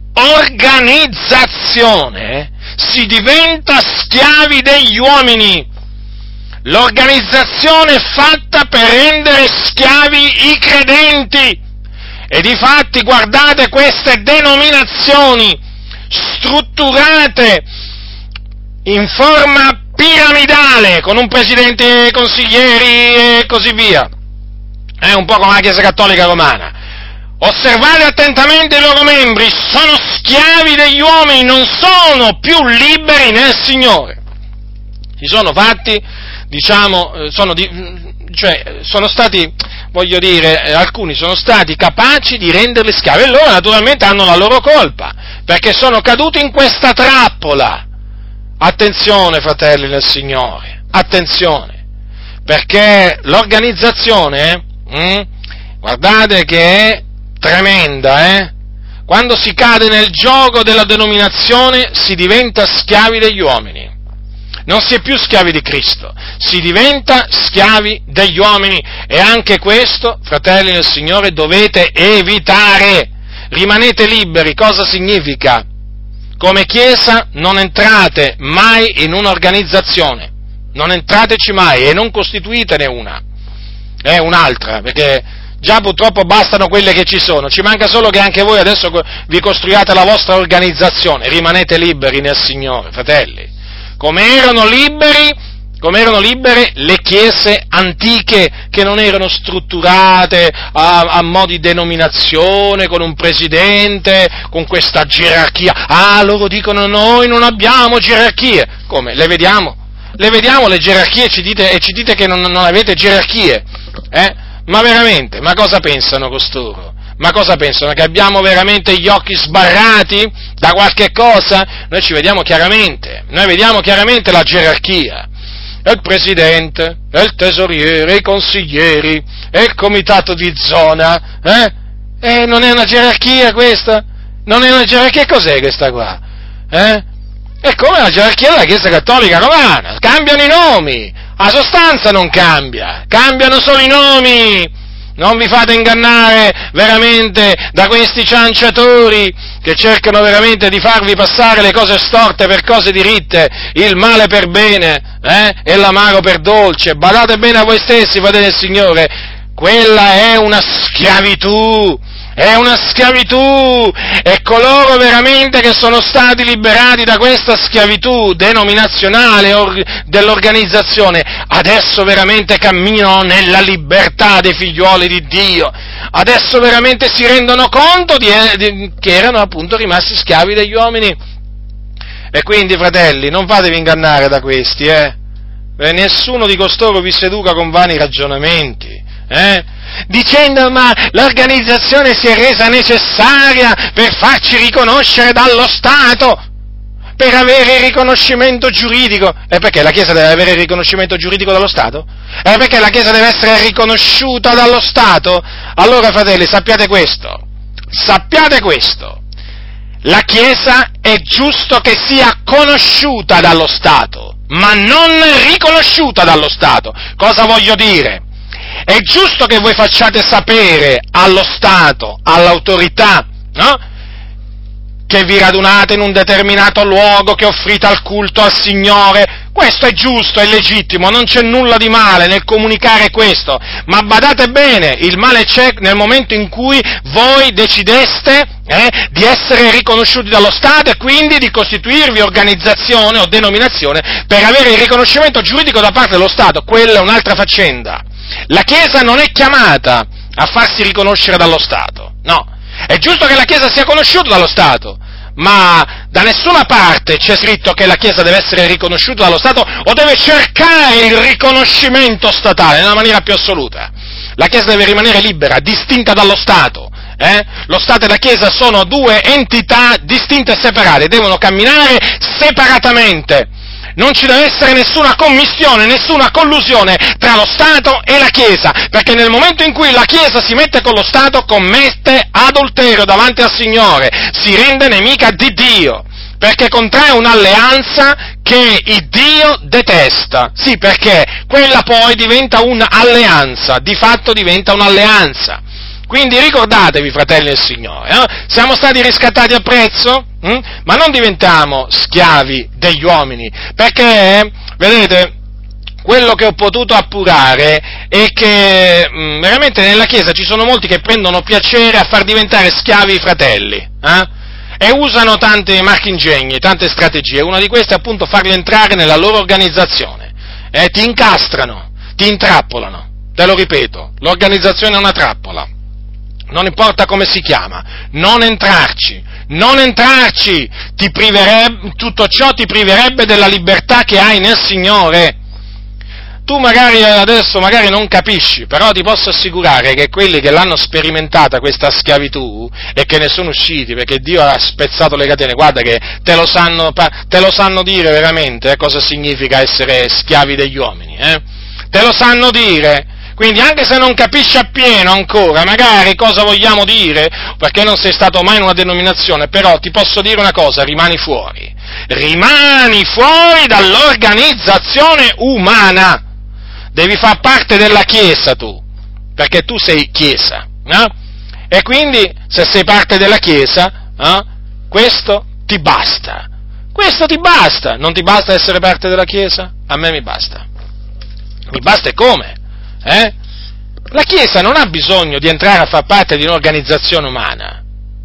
organizzazione si diventa schiavi degli uomini. L'organizzazione è fatta per rendere schiavi i credenti. E difatti, guardate, queste denominazioni strutturate in forma piramidale, con un presidente, consiglieri e così via, è un po' come la Chiesa Cattolica Romana. Osservate attentamente i loro membri, sono schiavi degli uomini, non sono più liberi nel Signore. Si sono fatti, sono stati, voglio dire, alcuni sono stati capaci di renderli schiavi, e loro naturalmente hanno la loro colpa, perché sono caduti in questa trappola. Attenzione, fratelli nel Signore, attenzione, perché l'organizzazione, guardate che è tremenda, Quando si cade nel gioco della denominazione si diventa schiavi degli uomini. Non si è più schiavi di Cristo, si diventa schiavi degli uomini, e anche questo, fratelli nel Signore, dovete evitare. Rimanete liberi. Cosa significa? Come Chiesa non entrate mai in un'organizzazione, non entrateci mai e non costituitene un'altra, perché già purtroppo bastano quelle che ci sono, ci manca solo che anche voi adesso vi costruiate la vostra organizzazione. Rimanete liberi nel Signore, fratelli, come erano libere le chiese antiche, che non erano strutturate a mo' di denominazione, con un presidente, con questa gerarchia. Loro dicono: noi non abbiamo gerarchie. Come? Le vediamo le gerarchie, e ci dite che non avete gerarchie, Ma veramente, ma cosa pensano costoro? Ma cosa pensano? Che abbiamo veramente gli occhi sbarrati da qualche cosa? Noi vediamo chiaramente la gerarchia. È il presidente, è il tesoriere, i consiglieri, è il comitato di zona, non è una gerarchia questa? Non è una gerarchia, cos'è questa qua? è come la gerarchia della Chiesa Cattolica Romana, cambiano i nomi, la sostanza non cambia, cambiano solo i nomi. Non vi fate ingannare veramente da questi cianciatori che cercano veramente di farvi passare le cose storte per cose diritte, il male per bene, e l'amaro per dolce. Badate bene a voi stessi, fratelli del Signore, quella è una schiavitù, e coloro veramente che sono stati liberati da questa schiavitù denominazionale dell'organizzazione, adesso veramente camminano nella libertà dei figliuoli di Dio, adesso veramente si rendono conto che erano appunto rimasti schiavi degli uomini. E quindi, fratelli, non fatevi ingannare da questi, nessuno di costoro vi seduca con vani ragionamenti, dicendo ma l'organizzazione si è resa necessaria per farci riconoscere dallo Stato, per avere il riconoscimento giuridico. E perché la Chiesa deve avere il riconoscimento giuridico dallo Stato? E perché la Chiesa deve essere riconosciuta dallo Stato? Allora, fratelli, sappiate questo, la Chiesa è giusto che sia conosciuta dallo Stato, ma non riconosciuta dallo Stato. Cosa voglio dire? È giusto che voi facciate sapere allo Stato, all'autorità, no? Che vi radunate in un determinato luogo, che offrite al culto al Signore. Questo è giusto, è legittimo, non c'è nulla di male nel comunicare questo, ma badate bene, il male c'è nel momento in cui voi decideste di essere riconosciuti dallo Stato e quindi di costituirvi organizzazione o denominazione per avere il riconoscimento giuridico da parte dello Stato. Quella è un'altra faccenda. La Chiesa non è chiamata a farsi riconoscere dallo Stato, no. È giusto che la Chiesa sia conosciuta dallo Stato, ma da nessuna parte c'è scritto che la Chiesa deve essere riconosciuta dallo Stato o deve cercare il riconoscimento statale nella maniera più assoluta. La Chiesa deve rimanere libera, distinta dallo Stato. Lo Stato e la Chiesa sono due entità distinte e separate, devono camminare separatamente. Non ci deve essere nessuna commistione, nessuna collusione tra lo Stato e la Chiesa, perché nel momento in cui la Chiesa si mette con lo Stato commette adulterio davanti al Signore, si rende nemica di Dio, perché contrae un'alleanza che il Dio detesta. Sì, perché quella poi diventa un'alleanza, di fatto diventa un'alleanza. Quindi ricordatevi, fratelli del Signore, siamo stati riscattati a prezzo, ma non diventiamo schiavi degli uomini, perché, vedete, quello che ho potuto appurare è che veramente nella Chiesa ci sono molti che prendono piacere a far diventare schiavi i fratelli, e usano tanti marchingegni, tante strategie. Una di queste è appunto farli entrare nella loro organizzazione, ti incastrano, ti intrappolano, te lo ripeto, l'organizzazione è una trappola. Non importa come si chiama, non entrarci, tutto ciò ti priverebbe della libertà che hai nel Signore. Tu adesso non capisci, però ti posso assicurare che quelli che l'hanno sperimentata questa schiavitù e che ne sono usciti perché Dio ha spezzato le catene, guarda che te lo sanno dire veramente cosa significa essere schiavi degli uomini, te lo sanno dire. Quindi anche se non capisci appieno ancora, magari cosa vogliamo dire, perché non sei stato mai in una denominazione, però ti posso dire una cosa, rimani fuori dall'organizzazione umana, devi far parte della Chiesa tu, perché tu sei Chiesa, no? E quindi se sei parte della Chiesa, questo ti basta, non ti basta essere parte della Chiesa? A me mi basta e come? La Chiesa non ha bisogno di entrare a far parte di un'organizzazione umana,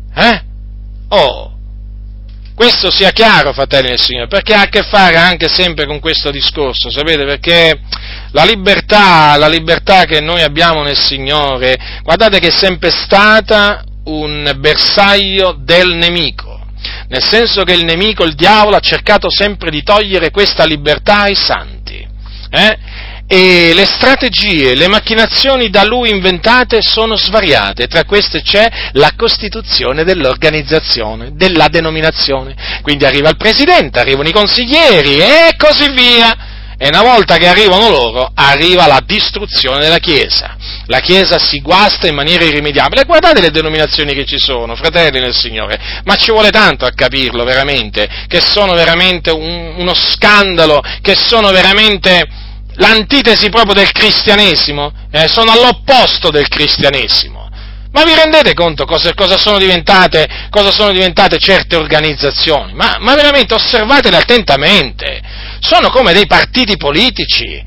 questo sia chiaro, fratelli del Signore, perché ha a che fare anche sempre con questo discorso, sapete, perché la libertà che noi abbiamo nel Signore, guardate che è sempre stata un bersaglio del nemico, nel senso che il nemico, il diavolo, ha cercato sempre di togliere questa libertà ai santi, e le strategie, le macchinazioni da lui inventate sono svariate, tra queste c'è la costituzione dell'organizzazione, della denominazione, quindi arriva il presidente, arrivano i consiglieri e così via, e una volta che arrivano loro, arriva la distruzione della Chiesa, la Chiesa si guasta in maniera irrimediabile. Guardate le denominazioni che ci sono, fratelli nel Signore, ma ci vuole tanto a capirlo veramente, che sono veramente uno scandalo, che sono veramente l'antitesi proprio del cristianesimo, sono all'opposto del cristianesimo. Ma vi rendete conto cosa sono diventate certe organizzazioni? Ma veramente osservatele attentamente, sono come dei partiti politici,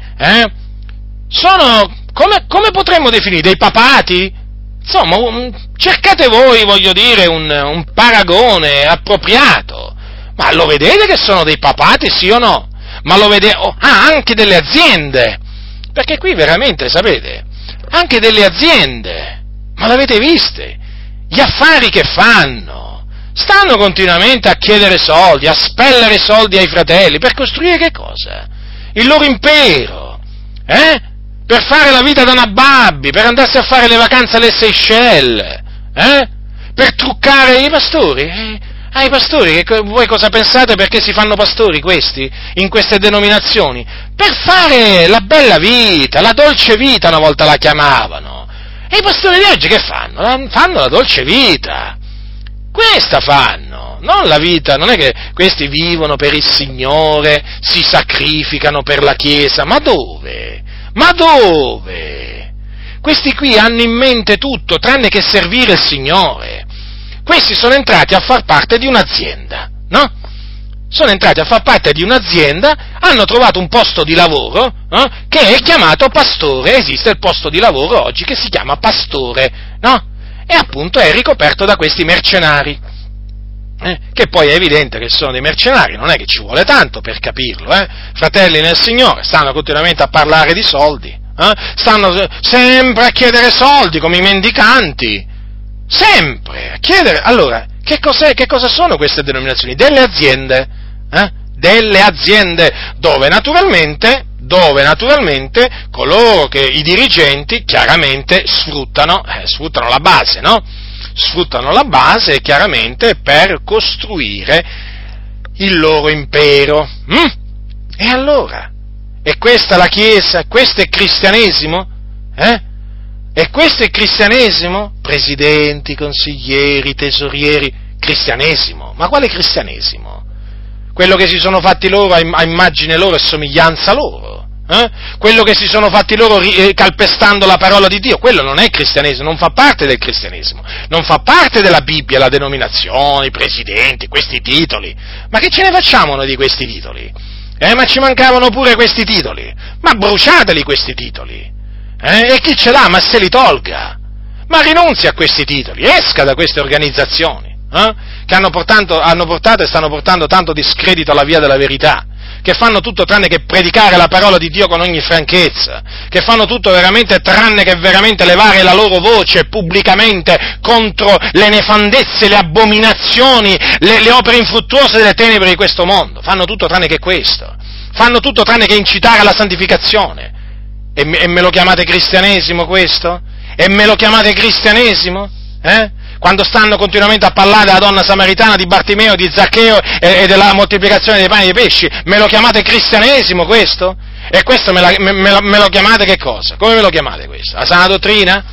sono, come potremmo definire, dei papati? Insomma, cercate voi, voglio dire, un paragone appropriato, ma lo vedete che sono dei papati, sì o no? Ma lo vedete, anche delle aziende, perché qui veramente, sapete, anche delle aziende, ma l'avete viste? Gli affari che fanno? Stanno continuamente a chiedere soldi, a spellere soldi ai fratelli, per costruire che cosa? Il loro impero, per fare la vita da nababbi, per andarsi a fare le vacanze alle Seychelles, per truccare i pastori, i pastori, voi cosa pensate perché si fanno pastori questi, in queste denominazioni? Per fare la bella vita, la dolce vita una volta la chiamavano. E i pastori di oggi che fanno? Fanno la dolce vita. Questa fanno, non la vita, non è che questi vivono per il Signore, si sacrificano per la Chiesa, ma dove? Ma dove? Questi qui hanno in mente tutto tranne che servire il Signore. Questi sono entrati a far parte di un'azienda, no? Sono entrati a far parte di un'azienda, hanno trovato un posto di lavoro che è chiamato pastore, esiste il posto di lavoro oggi che si chiama pastore, no? E appunto è ricoperto da questi mercenari, che poi è evidente che sono dei mercenari, non è che ci vuole tanto per capirlo, fratelli nel Signore, stanno continuamente a parlare di soldi, stanno sempre a chiedere soldi come i mendicanti, sempre a chiedere. Allora, che cosa sono queste denominazioni? Delle aziende, delle aziende dove naturalmente coloro che i dirigenti chiaramente sfruttano la base, no? Sfruttano la base chiaramente per costruire il loro impero. E allora? E questa è la Chiesa? Questo è cristianesimo? E questo è cristianesimo? Presidenti, consiglieri, tesorieri, cristianesimo? Ma quale cristianesimo? Quello che si sono fatti loro a immagine loro e somiglianza loro? Quello che si sono fatti loro calpestando la parola di Dio? Quello non è cristianesimo, non fa parte del cristianesimo, non fa parte della Bibbia, la denominazione, i presidenti, questi titoli. Ma che ce ne facciamo noi di questi titoli? Ma ci mancavano pure questi titoli. Ma bruciateli questi titoli. E chi ce l'ha? Ma se li tolga, ma rinunzi a questi titoli, esca da queste organizzazioni, che hanno portato e stanno portando tanto discredito alla via della verità, che fanno tutto tranne che predicare la parola di Dio con ogni franchezza, che fanno tutto veramente tranne che veramente levare la loro voce pubblicamente contro le nefandezze, le abominazioni, le opere infruttuose delle tenebre di questo mondo, fanno tutto tranne che questo, fanno tutto tranne che incitare alla santificazione. E me lo chiamate cristianesimo questo? E me lo chiamate cristianesimo? Quando stanno continuamente a parlare della donna samaritana, di Bartimeo, di Zaccheo e della moltiplicazione dei pani e dei pesci, me lo chiamate cristianesimo questo? E questo me lo chiamate che cosa? Come me lo chiamate questo? La sana dottrina?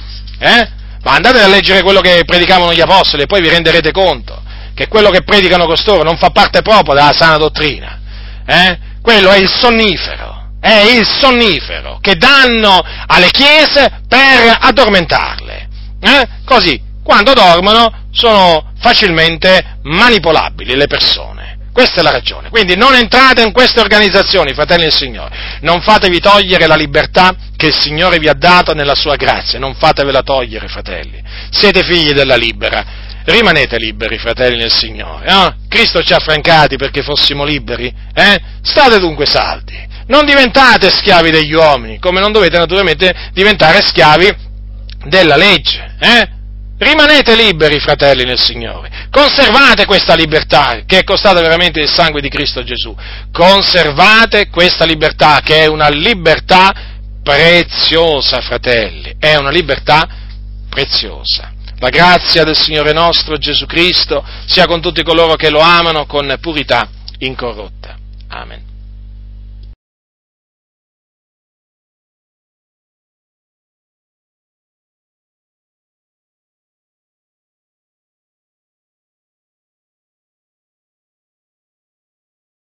Ma andate a leggere quello che predicavano gli apostoli e poi vi renderete conto che quello che predicano costoro non fa parte proprio della sana dottrina. Quello è il sonnifero. È il sonnifero che danno alle chiese per addormentarle. Così, quando dormono, sono facilmente manipolabili le persone. Questa è la ragione. Quindi non entrate in queste organizzazioni, fratelli del Signore. Non fatevi togliere la libertà che il Signore vi ha dato nella sua grazia. Non fatevela togliere, fratelli. Siete figli della libera. Rimanete liberi, fratelli nel Signore. Cristo ci ha affrancati perché fossimo liberi. State dunque saldi. Non diventate schiavi degli uomini, come non dovete naturalmente diventare schiavi della legge. Rimanete liberi, fratelli nel Signore. Conservate questa libertà che è costata veramente il sangue di Cristo Gesù. Conservate questa libertà che è una libertà preziosa, fratelli. È una libertà preziosa. La grazia del Signore nostro Gesù Cristo sia con tutti coloro che lo amano con purità incorrotta. Amen.